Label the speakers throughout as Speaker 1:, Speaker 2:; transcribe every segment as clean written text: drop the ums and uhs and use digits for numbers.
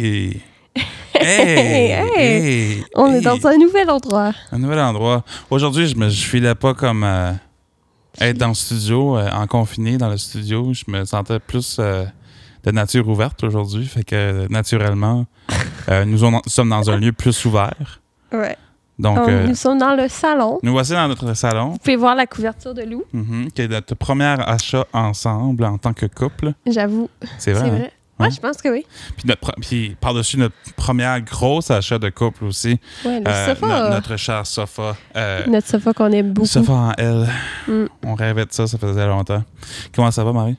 Speaker 1: Hey! Hey!
Speaker 2: On est dans un nouvel endroit.
Speaker 1: Un nouvel endroit. Aujourd'hui, je filais pas comme être dans le studio, en confiné dans le studio. Je me sentais plus de nature ouverte aujourd'hui. Fait que naturellement, nous sommes dans un lieu plus ouvert.
Speaker 2: Ouais.
Speaker 1: Donc,
Speaker 2: nous sommes dans le salon.
Speaker 1: Nous voici dans notre salon.
Speaker 2: Vous pouvez voir la couverture de Lou.
Speaker 1: Qui est notre premier achat ensemble en tant que couple.
Speaker 2: J'avoue.
Speaker 1: C'est vrai.
Speaker 2: C'est vrai.
Speaker 1: Hein?
Speaker 2: Ouais, je pense que oui.
Speaker 1: Puis par-dessus notre premier gros achat de couple aussi.
Speaker 2: Ouais, le sofa.
Speaker 1: Notre cher sofa.
Speaker 2: Notre sofa qu'on aime beaucoup.
Speaker 1: Sofa en L.
Speaker 2: Mm.
Speaker 1: On rêvait de ça faisait longtemps. Comment ça va, Marie?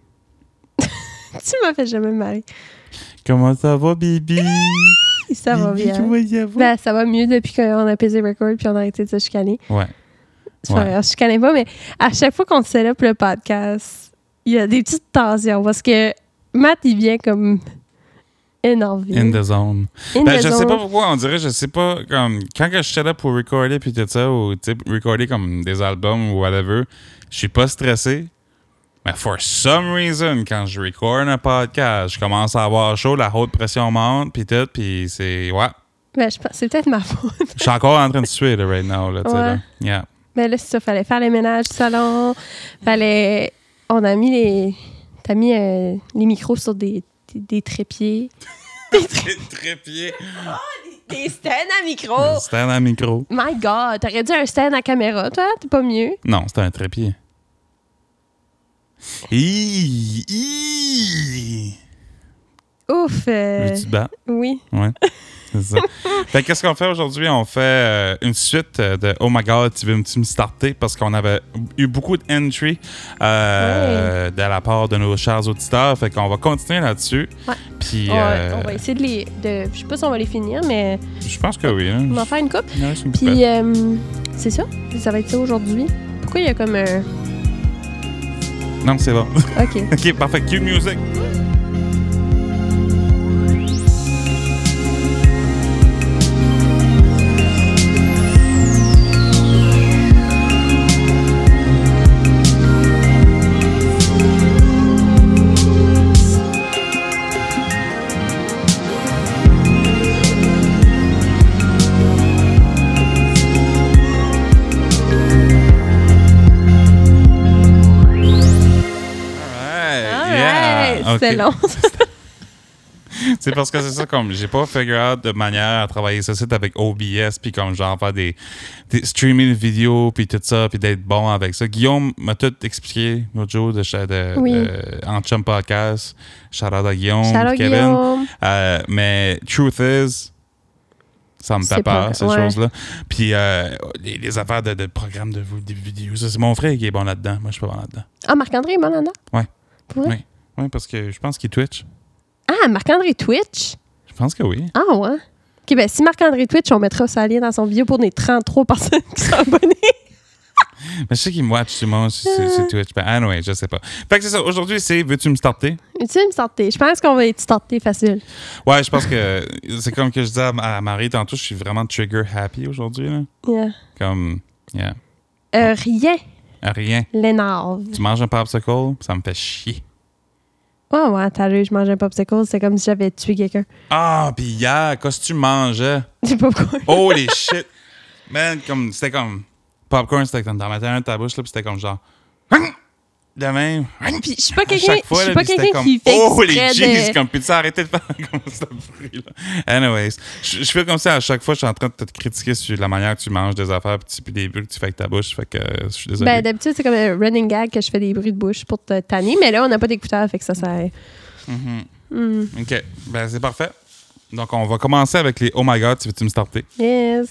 Speaker 2: Tu m'as fait jamais mal.
Speaker 1: Comment ça va, Bibi?
Speaker 2: Ça va bien.
Speaker 1: Comment ça va?
Speaker 2: Ben, ça va mieux depuis qu'on a pesé record puis on a arrêté de se chicaner.
Speaker 1: Ouais.
Speaker 2: C'est pas grave, je chicanais pas, mais à chaque fois qu'on set up le podcast, il y a des petites tensions parce que Matt, il vient comme énervé.
Speaker 1: In the zone. Je sais pas pourquoi, on dirait, je sais pas, comme, quand je suis là pour recorder puis tout ça, ou recorder comme des albums ou whatever, je suis pas stressé. Mais for some reason, quand je record un podcast, je commence à avoir chaud, la haute pression monte, puis tout, puis c'est, ouais.
Speaker 2: Ben, je pense, c'est peut-être ma faute.
Speaker 1: Je suis encore en train de suer, là, right now, là, tu sais, là. Yeah.
Speaker 2: Ben là, c'est ça, fallait faire les ménages du salon, on a mis t'as mis les micros sur des trépieds.
Speaker 1: Des trépieds.
Speaker 2: Des stands à micro.
Speaker 1: Stand à micro.
Speaker 2: My God, t'aurais dit un stand à caméra, toi? T'es pas mieux?
Speaker 1: Non, c'était un trépied.
Speaker 2: Ouf.
Speaker 1: Veux-tu te battre?
Speaker 2: Oui.
Speaker 1: Ouais. C'est ça. Fait qu'est-ce qu'on fait aujourd'hui? On fait une suite de Oh my God, tu veux me starter? Parce qu'on avait eu beaucoup de entry de la part de nos chers auditeurs. Fait qu'on va continuer là-dessus.
Speaker 2: Ouais.
Speaker 1: Puis,
Speaker 2: on va essayer de je sais pas si on va les finir, mais
Speaker 1: je pense que oui. Hein.
Speaker 2: On va en faire une coupe.
Speaker 1: Ouais,
Speaker 2: puis, c'est ça. Ça va être ça aujourd'hui. Pourquoi il y a comme un...
Speaker 1: Non, c'est bon.
Speaker 2: OK.
Speaker 1: OK, parfait. Cue music.
Speaker 2: C'est long.
Speaker 1: C'est parce que c'est ça, comme j'ai pas figure out de manière à travailler ça avec OBS, puis comme genre faire des streaming de vidéos, puis tout ça, puis d'être bon avec ça. Guillaume m'a tout expliqué l'autre jour en chum podcast. Shout out à Guillaume, Kevin. Mais truth is, ça me fait peur, ces choses-là. Puis les affaires de programmes de vidéos, ça, c'est mon frère qui est bon là-dedans. Moi, je suis pas bon là-dedans.
Speaker 2: Ah, Marc-André est bon là-dedans?
Speaker 1: Ouais.
Speaker 2: Pour vrai?
Speaker 1: Oui, parce que je pense qu'il Twitch.
Speaker 2: Ah, Marc-André Twitch?
Speaker 1: Je pense que oui.
Speaker 2: Ah, ouais. OK, ben si Marc-André Twitch, on mettra ça lien dans son vidéo pour les 33 personnes qui sont abonnées.
Speaker 1: Mais je sais qu'il me watch tout le monde sur Twitch. Ben, anyway, je sais pas. Fait que c'est ça. Aujourd'hui, c'est Veux-tu me starter?
Speaker 2: Veux-tu me starter? Je pense qu'on va être starter facile.
Speaker 1: Ouais, je pense que c'est comme que je disais à Marie tantôt, je suis vraiment trigger happy aujourd'hui. Là.
Speaker 2: Yeah.
Speaker 1: Comme, yeah.
Speaker 2: Rien.
Speaker 1: Rien.
Speaker 2: L'énerve.
Speaker 1: Tu manges un popsicle, ça me fait chier.
Speaker 2: Ouais, tout à l'heure, je mangeais un popsicle, c'est comme si j'avais tué quelqu'un.
Speaker 1: Ah, pis hier, qu'est-ce que tu mangeais?
Speaker 2: Je sais pas pourquoi.
Speaker 1: Holy shit! Man, c'était comme... Popcorn, c'était dans ta bouche, là, pis c'était comme genre... De même.
Speaker 2: Puis je suis pas quelqu'un
Speaker 1: comme,
Speaker 2: qui fait
Speaker 1: holy
Speaker 2: exprès
Speaker 1: jeez, comme, peux-tu arrêter de faire comme ça bruit, là? Anyways, je fais comme ça à chaque fois, je suis en train de te critiquer sur la manière que tu manges des affaires puis des bruits que tu fais avec ta bouche, fait que je suis désolé.
Speaker 2: Ben, d'habitude, c'est comme un running gag que je fais des bruits de bouche pour te tanner, mais là, on n'a pas d'écouteurs, fait que ça sert.
Speaker 1: OK, ben c'est parfait. Donc, on va commencer avec les Oh my God, tu veux-tu me starter?
Speaker 2: Yes.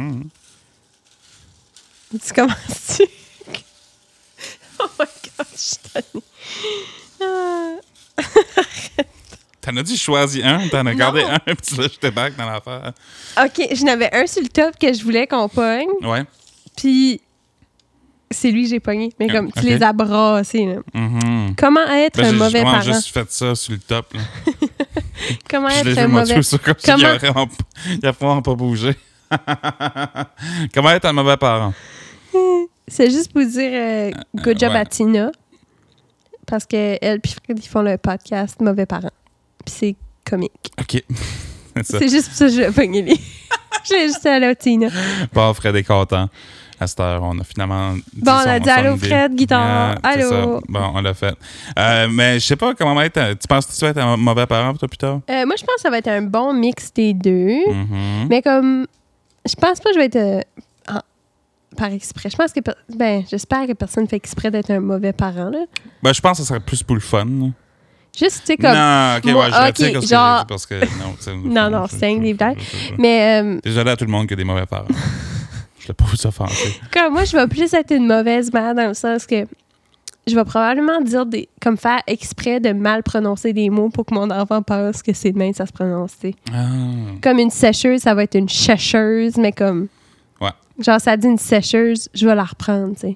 Speaker 2: Tu commences-tu? Oh my God, je suis tannée.
Speaker 1: T'en as dit choisis un, t'en as gardé un, puis là, je te back dans l'affaire.
Speaker 2: OK, j'en avais un sur le top que je voulais qu'on pogne.
Speaker 1: Ouais.
Speaker 2: Puis c'est lui que j'ai pogné. Mais comme, tu les as brassés, là. Comment être un mauvais parent?
Speaker 1: J'ai juste fait ça sur le top, là.
Speaker 2: Comment être un mauvais
Speaker 1: parent? Il a vraiment pas bougé. Comment être un mauvais parent?
Speaker 2: C'est juste pour dire good job à Tina. Parce qu'elle et Fred, ils font le podcast Mauvais parents. Puis c'est comique.
Speaker 1: OK. C'est ça.
Speaker 2: C'est juste pour ça que je vais pogner les... J'ai juste à la Tina.
Speaker 1: Bon, Fred est content. À cette heure, on a finalement dit
Speaker 2: Bon, on a dit allô,
Speaker 1: idée.
Speaker 2: Fred, guitare.
Speaker 1: C'est
Speaker 2: Allô.
Speaker 1: ça. Bon, on l'a fait. Mais je sais pas comment être... Tu penses que tu vas être un mauvais parent pour toi plus tard?
Speaker 2: Moi, je pense que ça va être un bon mix des deux.
Speaker 1: Mhm.
Speaker 2: Mais comme... Je pense pas que je vais être... par exprès. Je pense que... j'espère que personne fait exprès d'être un mauvais parent, là.
Speaker 1: Ben, je pense que ça serait plus pour le fun. Là.
Speaker 2: Juste, tu sais, comme...
Speaker 1: Non, OK,
Speaker 2: moi,
Speaker 1: ouais, je retire
Speaker 2: ok,
Speaker 1: ce
Speaker 2: genre-
Speaker 1: que j'ai dit parce que... Non, c'est
Speaker 2: Non, c'est des blagues. Mais
Speaker 1: Désolé à tout le monde qui a des mauvais parents. Je ne pas vous offenser.
Speaker 2: comme moi, je vais plus être une mauvaise mère dans le sens que je vais probablement dire comme faire exprès de mal prononcer des mots pour que mon enfant pense que c'est de même ça se prononce, tu sais.
Speaker 1: Ah.
Speaker 2: Comme une sécheuse, ça va être une chècheuse, mais comme...
Speaker 1: Ouais.
Speaker 2: Genre, ça dit une sécheuse, je vais la reprendre, tu sais.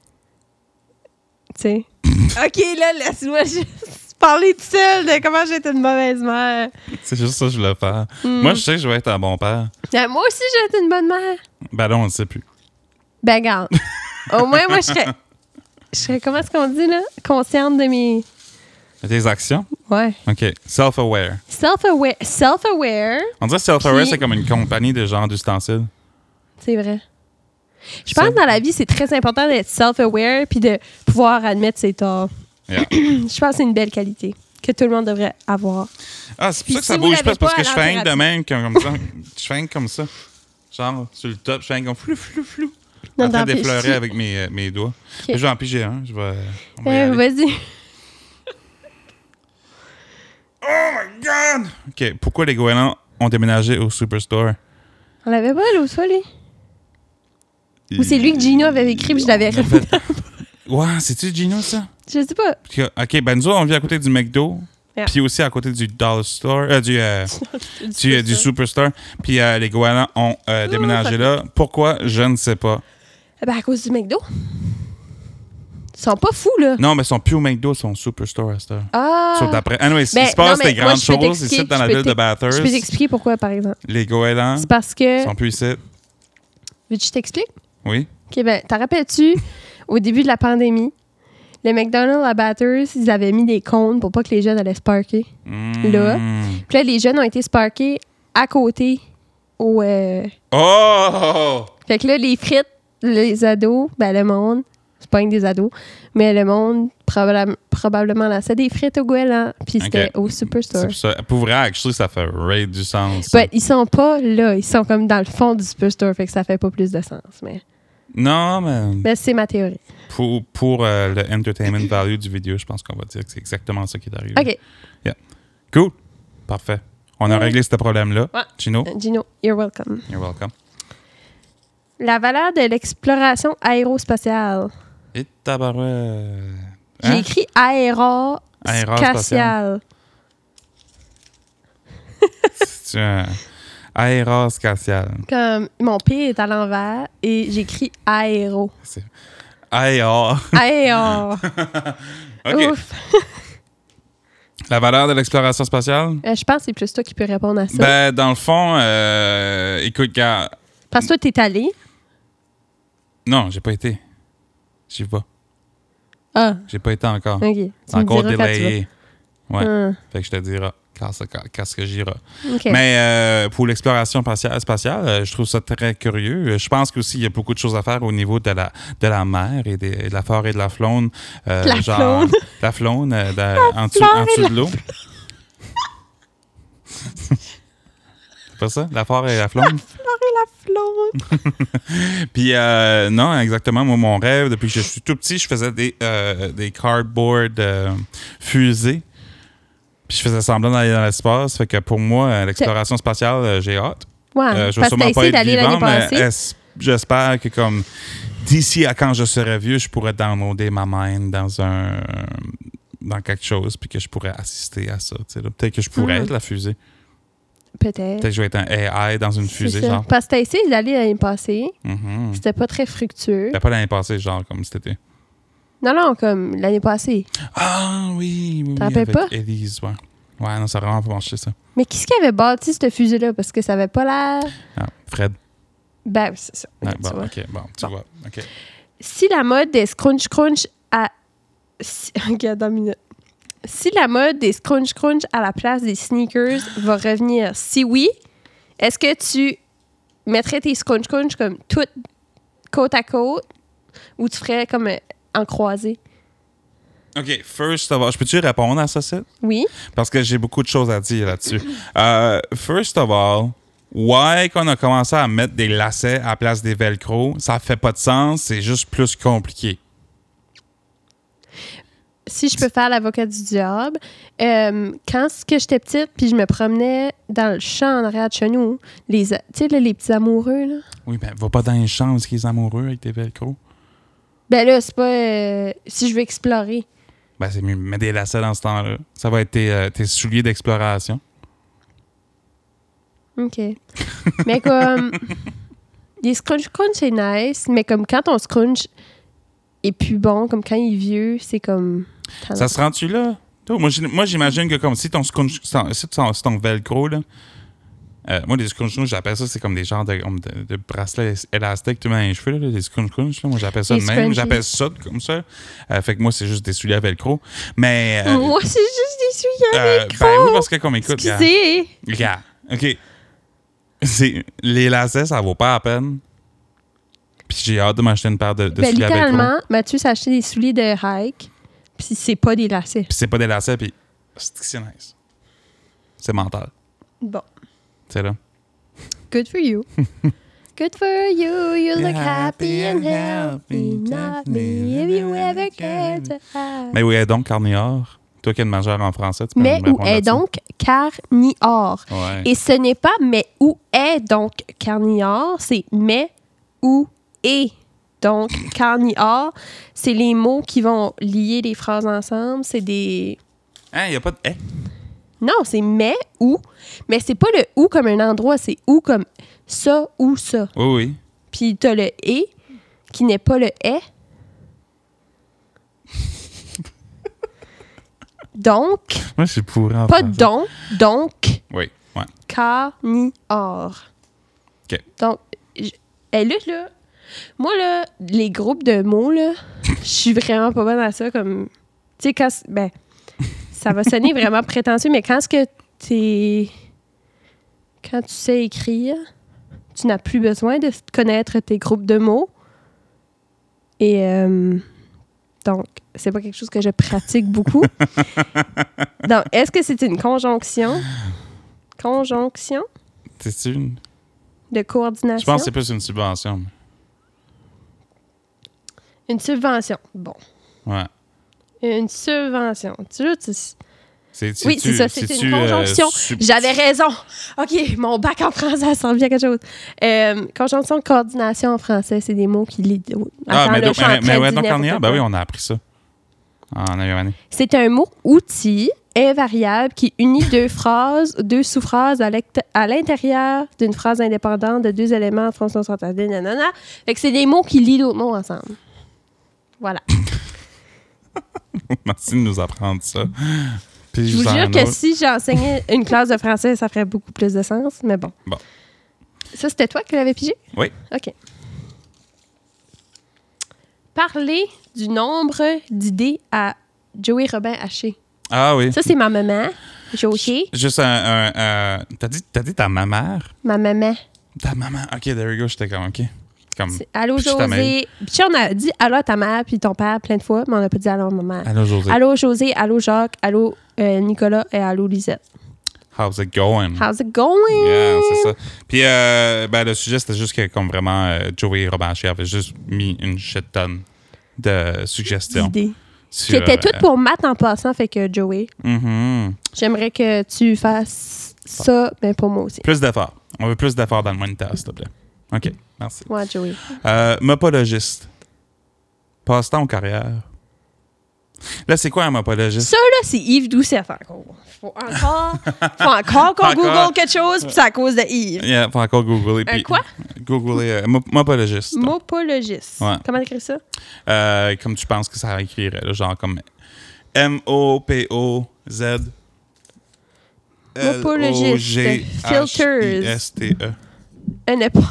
Speaker 2: Tu sais. OK, là, laisse-moi juste parler tout seul de comment j'ai été une mauvaise mère.
Speaker 1: C'est juste ça que je voulais faire. Moi, je sais que je vais être un bon père.
Speaker 2: Moi aussi, j'ai été une bonne mère.
Speaker 1: Ben non, on ne sait plus.
Speaker 2: Ben, regarde. Au moins, moi, je serais, comment est-ce qu'on dit, là? Consciente de mes...
Speaker 1: Tes actions?
Speaker 2: Ouais.
Speaker 1: OK. Self-aware.
Speaker 2: Self-aware,
Speaker 1: On dirait que self-aware,
Speaker 2: Puis-
Speaker 1: c'est comme une compagnie de genre d'ustensiles.
Speaker 2: c'est vrai. Je pense que dans la vie, c'est très important d'être self-aware puis de pouvoir admettre ses torts.
Speaker 1: Yeah.
Speaker 2: Je pense que c'est une belle qualité que tout le monde devrait avoir.
Speaker 1: Ah, c'est pour
Speaker 2: Puis
Speaker 1: ça que ça
Speaker 2: si vous
Speaker 1: bouge
Speaker 2: l'avez
Speaker 1: pas, c'est parce
Speaker 2: pas,
Speaker 1: que je fais
Speaker 2: alors
Speaker 1: rien de même comme ça. Je fais rien comme ça. Genre, sur le top, je fais rien comme flou, flou, flou.
Speaker 2: Non,
Speaker 1: En train
Speaker 2: non,
Speaker 1: d'effleurer
Speaker 2: puis-
Speaker 1: avec mes doigts.
Speaker 2: Ok.
Speaker 1: Je vais en piger un. On va y aller.
Speaker 2: Vas-y.
Speaker 1: Oh my God! OK, pourquoi les goélands ont déménagé au Superstore?
Speaker 2: On l'avait pas l'autre fois, lui? Ou c'est lui que Gino avait écrit puis je l'avais répété.
Speaker 1: Ouais, c'est-tu Gino, ça?
Speaker 2: Je sais pas.
Speaker 1: Puis, OK, ben nous autres, on vit à côté du McDo.
Speaker 2: Yeah.
Speaker 1: Puis aussi à côté du Dollar Store, du Superstore. Puis les goélands ont déménagé là. Pourquoi? Je ne sais pas.
Speaker 2: Ben, à cause du McDo. Ils sont pas fous, là.
Speaker 1: Non, mais ils sont plus au McDo, ils sont au Superstore à cette heure.
Speaker 2: Ah!
Speaker 1: Sauf d'après. Ah non, il
Speaker 2: Ben,
Speaker 1: se passe
Speaker 2: non, mais
Speaker 1: des
Speaker 2: moi,
Speaker 1: grandes
Speaker 2: je peux
Speaker 1: choses
Speaker 2: t'expliquer,
Speaker 1: ici dans la
Speaker 2: je peux
Speaker 1: ville de Bathurst.
Speaker 2: Je peux t'expliquer pourquoi, par exemple.
Speaker 1: Les goélands
Speaker 2: C'est parce que...
Speaker 1: sont plus ici.
Speaker 2: Veux-tu que je t'explique?
Speaker 1: Oui.
Speaker 2: OK, ben, t'en rappelles-tu, au début de la pandémie, le McDonald's à Bathurst, ils avaient mis des cônes pour pas que les jeunes allaient se parker. Là. Puis là, les jeunes ont été se parker à côté au...
Speaker 1: Oh!
Speaker 2: Fait que là, les frites, les ados, ben le monde, c'est pas une des ados, mais le monde probablement lançait des frites au goéland. Puis c'était au Superstore.
Speaker 1: C'est pour ça. Pour vrai, je trouve que ça fait raid du sens.
Speaker 2: Ben, ils sont pas là, ils sont comme dans le fond du Superstore, fait que ça fait pas plus de sens. Mais
Speaker 1: Non, mais
Speaker 2: ben, c'est ma théorie.
Speaker 1: pour le entertainment value du vidéo, je pense qu'on va dire que c'est exactement ça qui est arrivé.
Speaker 2: OK.
Speaker 1: Cool. Parfait. On a réglé ce problème-là.
Speaker 2: Ouais.
Speaker 1: Gino,
Speaker 2: Gino, you're welcome.
Speaker 1: you're welcome.
Speaker 2: La valeur de l'exploration aérospatiale.
Speaker 1: Et tabarouette.
Speaker 2: J'ai écrit
Speaker 1: Aérospatiale.
Speaker 2: aérospatiale.
Speaker 1: C'est un aérospatial.
Speaker 2: Comme mon P est à l'envers et j'écris aéro.
Speaker 1: C'est aéro.
Speaker 2: Aéro.
Speaker 1: OK.
Speaker 2: Ouf.
Speaker 1: La valeur de l'exploration spatiale?
Speaker 2: Je pense que c'est plus toi qui peux répondre à ça.
Speaker 1: Ben, dans le fond, écoute, gars.
Speaker 2: Parce que toi, t'es allé.
Speaker 1: Non, j'ai pas été. J'y vais.
Speaker 2: Ah,
Speaker 1: J'ai pas été encore.
Speaker 2: OK. Tu
Speaker 1: C'est
Speaker 2: me
Speaker 1: encore
Speaker 2: diras quand tu
Speaker 1: délayé. Ouais.
Speaker 2: vas.
Speaker 1: Fait que je te dirai quand ce que j'irai.
Speaker 2: OK.
Speaker 1: Mais pour l'exploration spatiale, je trouve ça très curieux. Je pense qu'aussi, il y a beaucoup de choses à faire au niveau de la mer et de la flore et de la faune.
Speaker 2: faune.
Speaker 1: La faune en dessous de l'eau. C'est pas ça? La flore et la faune? Puis non, exactement. Moi, mon rêve, depuis que je suis tout petit, je faisais des cardboard fusées. Puis je faisais semblant d'aller dans l'espace. Fait que pour moi, l'exploration spatiale, j'ai hâte.
Speaker 2: Ouais,
Speaker 1: Je vais
Speaker 2: parce que t'as
Speaker 1: sûrement pas
Speaker 2: essayé
Speaker 1: être
Speaker 2: d'aller l'année
Speaker 1: vivant, mais
Speaker 2: passée.
Speaker 1: j'espère que comme d'ici à quand je serai vieux, je pourrais downloader ma mind dans quelque chose puis que je pourrais assister à ça. Là. Peut-être que je pourrais être la fusée.
Speaker 2: Peut-être.
Speaker 1: Peut-être que je vais être un AI dans une
Speaker 2: C'est
Speaker 1: fusée,
Speaker 2: ça.
Speaker 1: genre.
Speaker 2: Parce que t'as essayé d'aller l'année passée.
Speaker 1: Mhm.
Speaker 2: C'était pas très fructueux.
Speaker 1: Pas l'année passée, genre, comme cet été.
Speaker 2: Non, comme l'année passée.
Speaker 1: Ah oui, oui.
Speaker 2: T'en rappelles
Speaker 1: avec
Speaker 2: pas?
Speaker 1: Élise, ouais. Ouais, non, ça a vraiment pas marché, ça.
Speaker 2: Mais qui qui avait bâti cette fusée-là? Parce que ça avait pas l'air...
Speaker 1: Ah, Fred.
Speaker 2: Ben, c'est ça.
Speaker 1: Ouais,
Speaker 2: Regarde, tu vois.
Speaker 1: OK, bon, tu vois.
Speaker 2: Si la mode des scrunch-crunch a... Regarde, dans une minute. si la mode des scrunch-crunch à la place des sneakers va revenir, si oui, est-ce que tu mettrais tes scrunch-crunch comme toutes côte à côte ou tu ferais comme en croisé?
Speaker 1: OK, first of all, je peux-tu répondre à ça, Seth?
Speaker 2: Oui.
Speaker 1: Parce que j'ai beaucoup de choses à dire là-dessus. First of all, why qu'on a commencé à mettre des lacets à la place des velcro, ça fait pas de sens, c'est juste plus compliqué.
Speaker 2: Si je peux faire l'avocat du diable, quand j'étais petite, puis je me promenais dans le champ en arrière de chez nous, tu sais, là, les petits amoureux, là.
Speaker 1: Oui, ben, va pas dans les champs où ils sont amoureux avec tes velcro.
Speaker 2: Ben là, c'est pas... si je veux explorer.
Speaker 1: Ben, c'est mieux, mets des lacets dans ce temps-là. Ça va être tes souliers d'exploration.
Speaker 2: OK. Mais comme... les scrunch-crunch, c'est nice, mais comme quand ton scrunch est plus bon, comme quand il est vieux, c'est comme...
Speaker 1: Ça se rend-tu là? Toi, moi, j'imagine que comme si ton scrunch... Si ton velcro, là... moi, les scrunch-crunch, j'appelle ça, c'est comme des genres de bracelets élastiques que tu mets dans les cheveux, là, des scrunch-crunch. Moi, j'appelle ça de même.
Speaker 2: scrunchies.
Speaker 1: J'appelle ça comme ça. Fait que moi, c'est juste des souliers à velcro. Mais...
Speaker 2: Moi, c'est juste des souliers avec
Speaker 1: ben oui, parce que comme écoute,
Speaker 2: Excusez!
Speaker 1: regarde, OK. Les lacets, ça vaut pas la peine. Puis j'ai hâte de m'acheter une paire de souliers à velcro.
Speaker 2: Littéralement, Mathieu s'est acheté des souliers de hike, puis c'est pas des lacets.
Speaker 1: Puis c'est pas des lacets, puis c'est nice. C'est mental.
Speaker 2: Bon.
Speaker 1: C'est là.
Speaker 2: Good for you. Good for you, you look happy and healthy, not me, if you ever cared to have.
Speaker 1: Mais où est donc Carnior? Toi qui es une majeure en français, tu peux
Speaker 2: Mais
Speaker 1: me
Speaker 2: où
Speaker 1: répondre
Speaker 2: est
Speaker 1: là-dessus.
Speaker 2: donc Carnior?
Speaker 1: Ouais.
Speaker 2: Et ce n'est pas mais où est donc Carnior, c'est mais où est donc Carnior. C'est les mots qui vont lier les phrases ensemble. C'est des...
Speaker 1: Hein, il y a pas de... Eh?
Speaker 2: Non, c'est mais où. Mais c'est pas le où comme un endroit, c'est où comme ça ou ça.
Speaker 1: Oui, oui.
Speaker 2: Puis t'as le et qui n'est pas le est. Donc,
Speaker 1: Moi, je suis pourri en
Speaker 2: pas
Speaker 1: français.
Speaker 2: donc,
Speaker 1: Oui, ouais.
Speaker 2: Carnior.
Speaker 1: OK.
Speaker 2: Donc, là, moi, là, les groupes de mots, là, je suis vraiment pas bonne à ça. Comme, tu sais, quand... Ben, ça va sonner vraiment prétentieux, mais quand tu sais écrire, tu n'as plus besoin de connaître tes groupes de mots. Et donc, c'est pas quelque chose que je pratique beaucoup. Donc, est-ce que c'est une conjonction? Conjonction
Speaker 1: C'est une...
Speaker 2: de coordination?
Speaker 1: Je pense que c'est plus une subvention.
Speaker 2: Une subvention. Bon.
Speaker 1: Ouais.
Speaker 2: Une subvention. Oui, c'est
Speaker 1: C'est-tu-
Speaker 2: ça, c'est
Speaker 1: c'est-tu,
Speaker 2: une conjonction. J'avais raison. OK, mon bac en français, ça revient à quelque chose. Conjonction de coordination en français, c'est des mots qui lient.
Speaker 1: mais ouais, donc Carnior, ben oui, on a appris ça en 9e année.
Speaker 2: C'est un mot outil invariable qui unit deux phrases, deux sous-phrases à l'intérieur d'une phrase indépendante de deux éléments en fonction centrale. Nanana. Fait que c'est des mots qui lient d'autres mots ensemble. Voilà.
Speaker 1: Merci de nous apprendre ça. Puis
Speaker 2: Je vous jure que si j'enseignais une classe de français, ça ferait beaucoup plus de sens, mais bon.
Speaker 1: Bon.
Speaker 2: Ça, c'était toi qui l'avais pigé?
Speaker 1: Oui.
Speaker 2: OK. Parler du nombre d'idées à Joey Robin Haché.
Speaker 1: Ah oui.
Speaker 2: Ça, c'est ma maman, Joey.
Speaker 1: Juste t'as dit ta mère?
Speaker 2: Ma maman.
Speaker 1: Ta maman. OK, there you go. J'étais comme, OK. Comme,
Speaker 2: C'est allô,
Speaker 1: puis je t'amène.
Speaker 2: José. Puis on a dit allô à ta mère puis ton père plein de fois, mais on n'a pas dit allô à maman.
Speaker 1: Allô, José.
Speaker 2: Allô, José. Allô, Jacques. Allô, Nicolas. Et allô, Lisette.
Speaker 1: How's it going?
Speaker 2: How's it going?
Speaker 1: Yeah, c'est ça. Puis, ben, le sujet, c'était juste que, comme vraiment, Joey Robanché avait juste mis une shit tonne de suggestions.
Speaker 2: D'idées.
Speaker 1: Sur,
Speaker 2: Qui étaient toutes pour maths en passant, fait que Joey,
Speaker 1: mhm.
Speaker 2: j'aimerais que tu fasses ça, mais pour moi aussi.
Speaker 1: Plus d'efforts. On veut plus d'efforts dans le moniteur, s'il te plaît. OK, merci.
Speaker 2: Ouais, Joey.
Speaker 1: Mopologiste. Passe-temps ou carrière? Là, c'est quoi un mopologiste?
Speaker 2: Ça, là, c'est Yves Doucet encore. Faut encore qu'on google quelque chose, puis c'est à cause de Yves.
Speaker 1: Yeah, faut encore googler.
Speaker 2: Un quoi?
Speaker 1: Googler mopologiste.
Speaker 2: Mopologiste.
Speaker 1: Ouais.
Speaker 2: Comment écrire ça?
Speaker 1: Comme tu penses que ça écrirait, là, genre comme M-O-P-O-Z.
Speaker 2: Mopologiste.
Speaker 1: L-O-G-H-I-S-T-E.
Speaker 2: Un pas.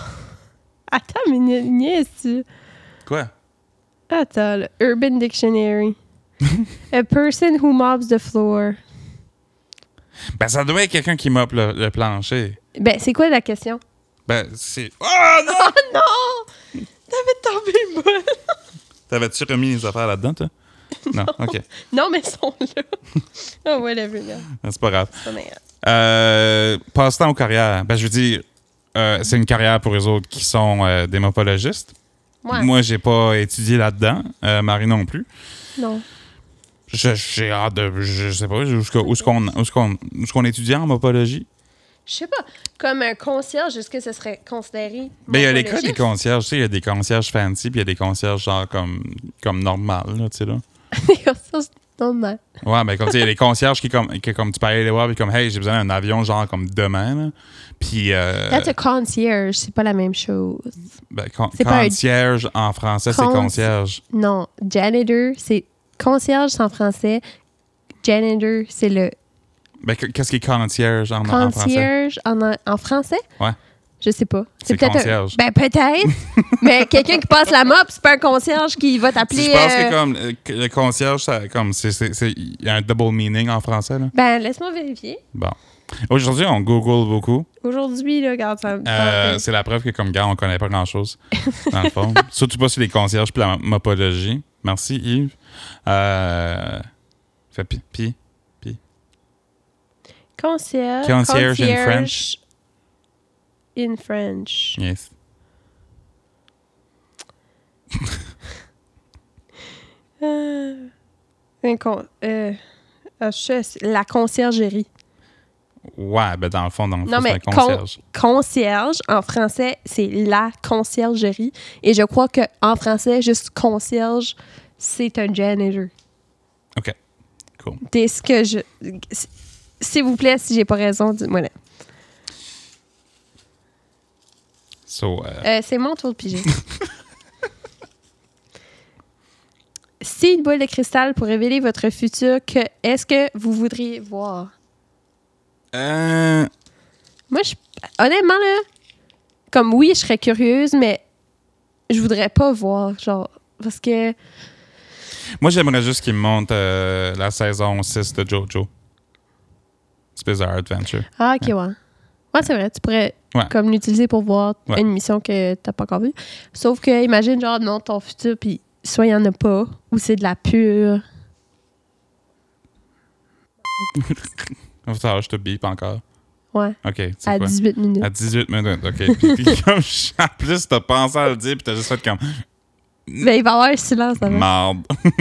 Speaker 2: Attends, mais niaise-tu?
Speaker 1: Quoi?
Speaker 2: Attends, le Urban Dictionary. A person who mops the floor.
Speaker 1: Ben, ça doit être quelqu'un qui moppe le plancher.
Speaker 2: Ben, c'est quoi la question?
Speaker 1: Ben, c'est... Oh non!
Speaker 2: Oh non! T'avais tombé le bol.
Speaker 1: T'avais-tu remis les affaires là-dedans, toi? Non, OK.
Speaker 2: Non, mais ils sont là. Oh, whatever, là.
Speaker 1: C'est pas grave.
Speaker 2: C'est pas grave.
Speaker 1: Passe-temps ou carrière? Ben, je veux dire, c'est une carrière pour eux autres qui sont des mopologistes.
Speaker 2: Ouais.
Speaker 1: Moi, j'ai pas étudié là-dedans. Marie non plus.
Speaker 2: Non.
Speaker 1: J'ai hâte de... Je sais pas, où est-ce qu'on étudie en mopologie?
Speaker 2: Je sais pas. Comme un concierge, est-ce que ce serait considéré?
Speaker 1: Ben, il y a les cas des
Speaker 2: morphologiste?
Speaker 1: concierges, tu sais, il y a des concierges fancy, puis il y a des concierges genre comme normal, là, tu sais, là.
Speaker 2: Des concierges normales.
Speaker 1: Ouais, mais comme tu sais, il y a les concierges qui comme tu peux aller les voir, puis comme, hey, j'ai besoin d'un avion, genre comme demain, là. Puis.
Speaker 2: That's a concierge, c'est pas la même chose.
Speaker 1: Ben,
Speaker 2: C'est pas un-
Speaker 1: concierge en français, c'est concierge.
Speaker 2: Non, janitor, c'est concierge c'est en français. Janitor, c'est le
Speaker 1: Ben, qu'est-ce qui est concierge en français?
Speaker 2: concierge en français?
Speaker 1: Ouais.
Speaker 2: Je sais pas.
Speaker 1: C'est
Speaker 2: peut-être
Speaker 1: concierge.
Speaker 2: Ben peut-être. Mais quelqu'un qui passe la mop, c'est pas un concierge qui va t'appeler.
Speaker 1: Je pense que comme le concierge, ça, comme il y a un double meaning en français, là.
Speaker 2: Ben laisse-moi vérifier.
Speaker 1: Bon. Aujourd'hui, on Google beaucoup.
Speaker 2: Aujourd'hui, là, regarde ça.
Speaker 1: C'est la preuve que, comme gars, on connaît pas grand-chose, dans le fond. Surtout pas sur les concierges puis la mopologie. Merci, Yves. Fait pi.
Speaker 2: Concierge.
Speaker 1: Concierge in French.
Speaker 2: In French.
Speaker 1: Yes.
Speaker 2: La conciergerie.
Speaker 1: Ouais, ben dans le fond,
Speaker 2: Non,
Speaker 1: c'est
Speaker 2: mais
Speaker 1: un concierge.
Speaker 2: concierge, en français, c'est la conciergerie. Et je crois qu'en français, juste concierge, c'est un janitor.
Speaker 1: OK. Cool.
Speaker 2: C'est ce que je... S'il vous plaît, si j'ai pas raison, dites-moi là.
Speaker 1: So,
Speaker 2: C'est mon tour de piger. Si une boule de cristal pour révéler votre futur, est-ce que vous voudriez voir? Moi, honnêtement, là, comme oui, je serais curieuse, mais je voudrais pas voir, genre, parce que...
Speaker 1: moi, j'aimerais juste qu'il me montre la saison 6 de JoJo. C'est Bizarre Adventure.
Speaker 2: Ah, OK, ouais. Ouais, c'est vrai, tu pourrais comme l'utiliser pour voir une émission que t'as pas encore vue. Sauf que, imagine, genre, non, ton futur, puis soit il y en a pas, ou c'est de la pure...
Speaker 1: Je te bip encore.
Speaker 2: Ouais.
Speaker 1: OK, c'est
Speaker 2: à
Speaker 1: quoi?
Speaker 2: 18 minutes.
Speaker 1: À 18 minutes, OK. Puis comme, en plus, t'as pensé à le dire, puis t'as juste fait comme...
Speaker 2: Ben, il va y avoir un silence avant.
Speaker 1: Marde.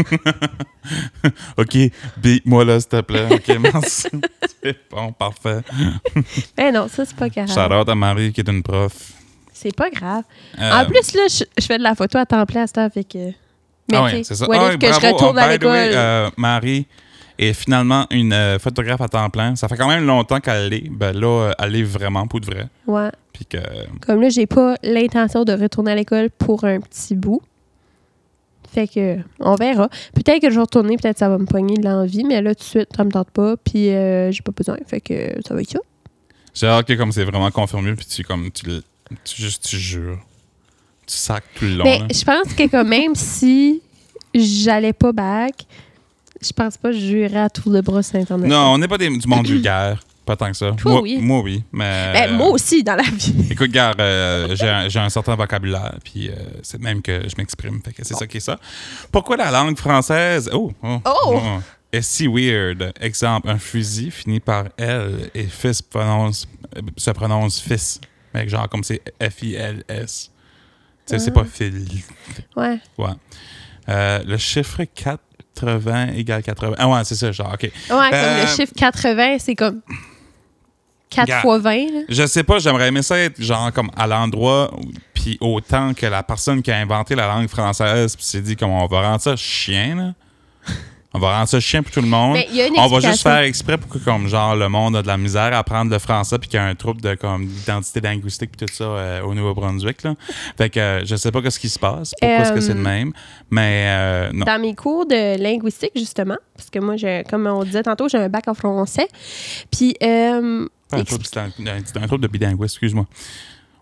Speaker 1: OK, bip-moi là, s'il te plaît. OK, merci. C'est bon, parfait.
Speaker 2: Ben non, ça, c'est pas grave.
Speaker 1: Shout-out à Marie, qui est une prof.
Speaker 2: C'est pas grave. En plus, là, je fais de la photo à temps plein à cette heure, fait que... Mais
Speaker 1: ah ouais, c'est ça.
Speaker 2: what if que je retourne à
Speaker 1: by the way,
Speaker 2: l'école?
Speaker 1: Marie est finalement une photographe à temps plein. Ça fait quand même longtemps qu'elle l'est. Ben là, elle est vraiment pour de vrai.
Speaker 2: Ouais.
Speaker 1: Puis que...
Speaker 2: Comme là, j'ai pas l'intention de retourner à l'école pour un petit bout. Fait que, on verra. Peut-être que je vais retourner, peut-être que ça va me pogner de l'envie, mais là, tout de suite, ça me tente pas, puis j'ai pas besoin. Fait que ça va être ça.
Speaker 1: J'ai hâte que comme c'est vraiment confirmé, puis tu jures. Tu sacs tout le long.
Speaker 2: Mais
Speaker 1: là.
Speaker 2: je pense que comme même si j'allais pas back, je pense pas que je jurerais à tour de bras sur Internet.
Speaker 1: Non, on n'est pas du monde vulgaire. Pas tant que ça.
Speaker 2: Toi, oui.
Speaker 1: Moi, oui. Mais,
Speaker 2: Ben, moi aussi, dans la vie.
Speaker 1: Écoute, gars, j'ai un certain vocabulaire, puis c'est même que je m'exprime. Fait que c'est ça qui est ça. Pourquoi la langue française est si weird? Exemple, un fusil finit par L et fils se prononce fils. Mais genre comme c'est F-I-L-S. Tu sais, c'est pas fil.
Speaker 2: Ouais.
Speaker 1: Ouais. Le chiffre 80 égale 80. Ah ouais, c'est ça, genre, OK.
Speaker 2: Ouais, comme le chiffre 80, c'est comme 4 fois 20. Là.
Speaker 1: Je sais pas, j'aimerais aimer ça être genre comme à l'endroit, puis autant que la personne qui a inventé la langue française, puis s'est dit comme on va rendre ça chien, là. On va rendre ça chien pour tout le monde.
Speaker 2: Mais y a une
Speaker 1: on va juste
Speaker 2: explication.
Speaker 1: faire exprès pour que comme genre le monde a de la misère à apprendre le français puis qu'il y a un trouble de comme d'identité linguistique puis tout ça au Nouveau-Brunswick là. Fait que je sais pas ce qui se passe, pourquoi est-ce que c'est le même, mais non.
Speaker 2: Dans mes cours de linguistique justement, parce que moi comme on disait tantôt, j'ai un bac en français. Puis
Speaker 1: Pas un trouble, c'est un trouble de bilinguisme, excuse-moi.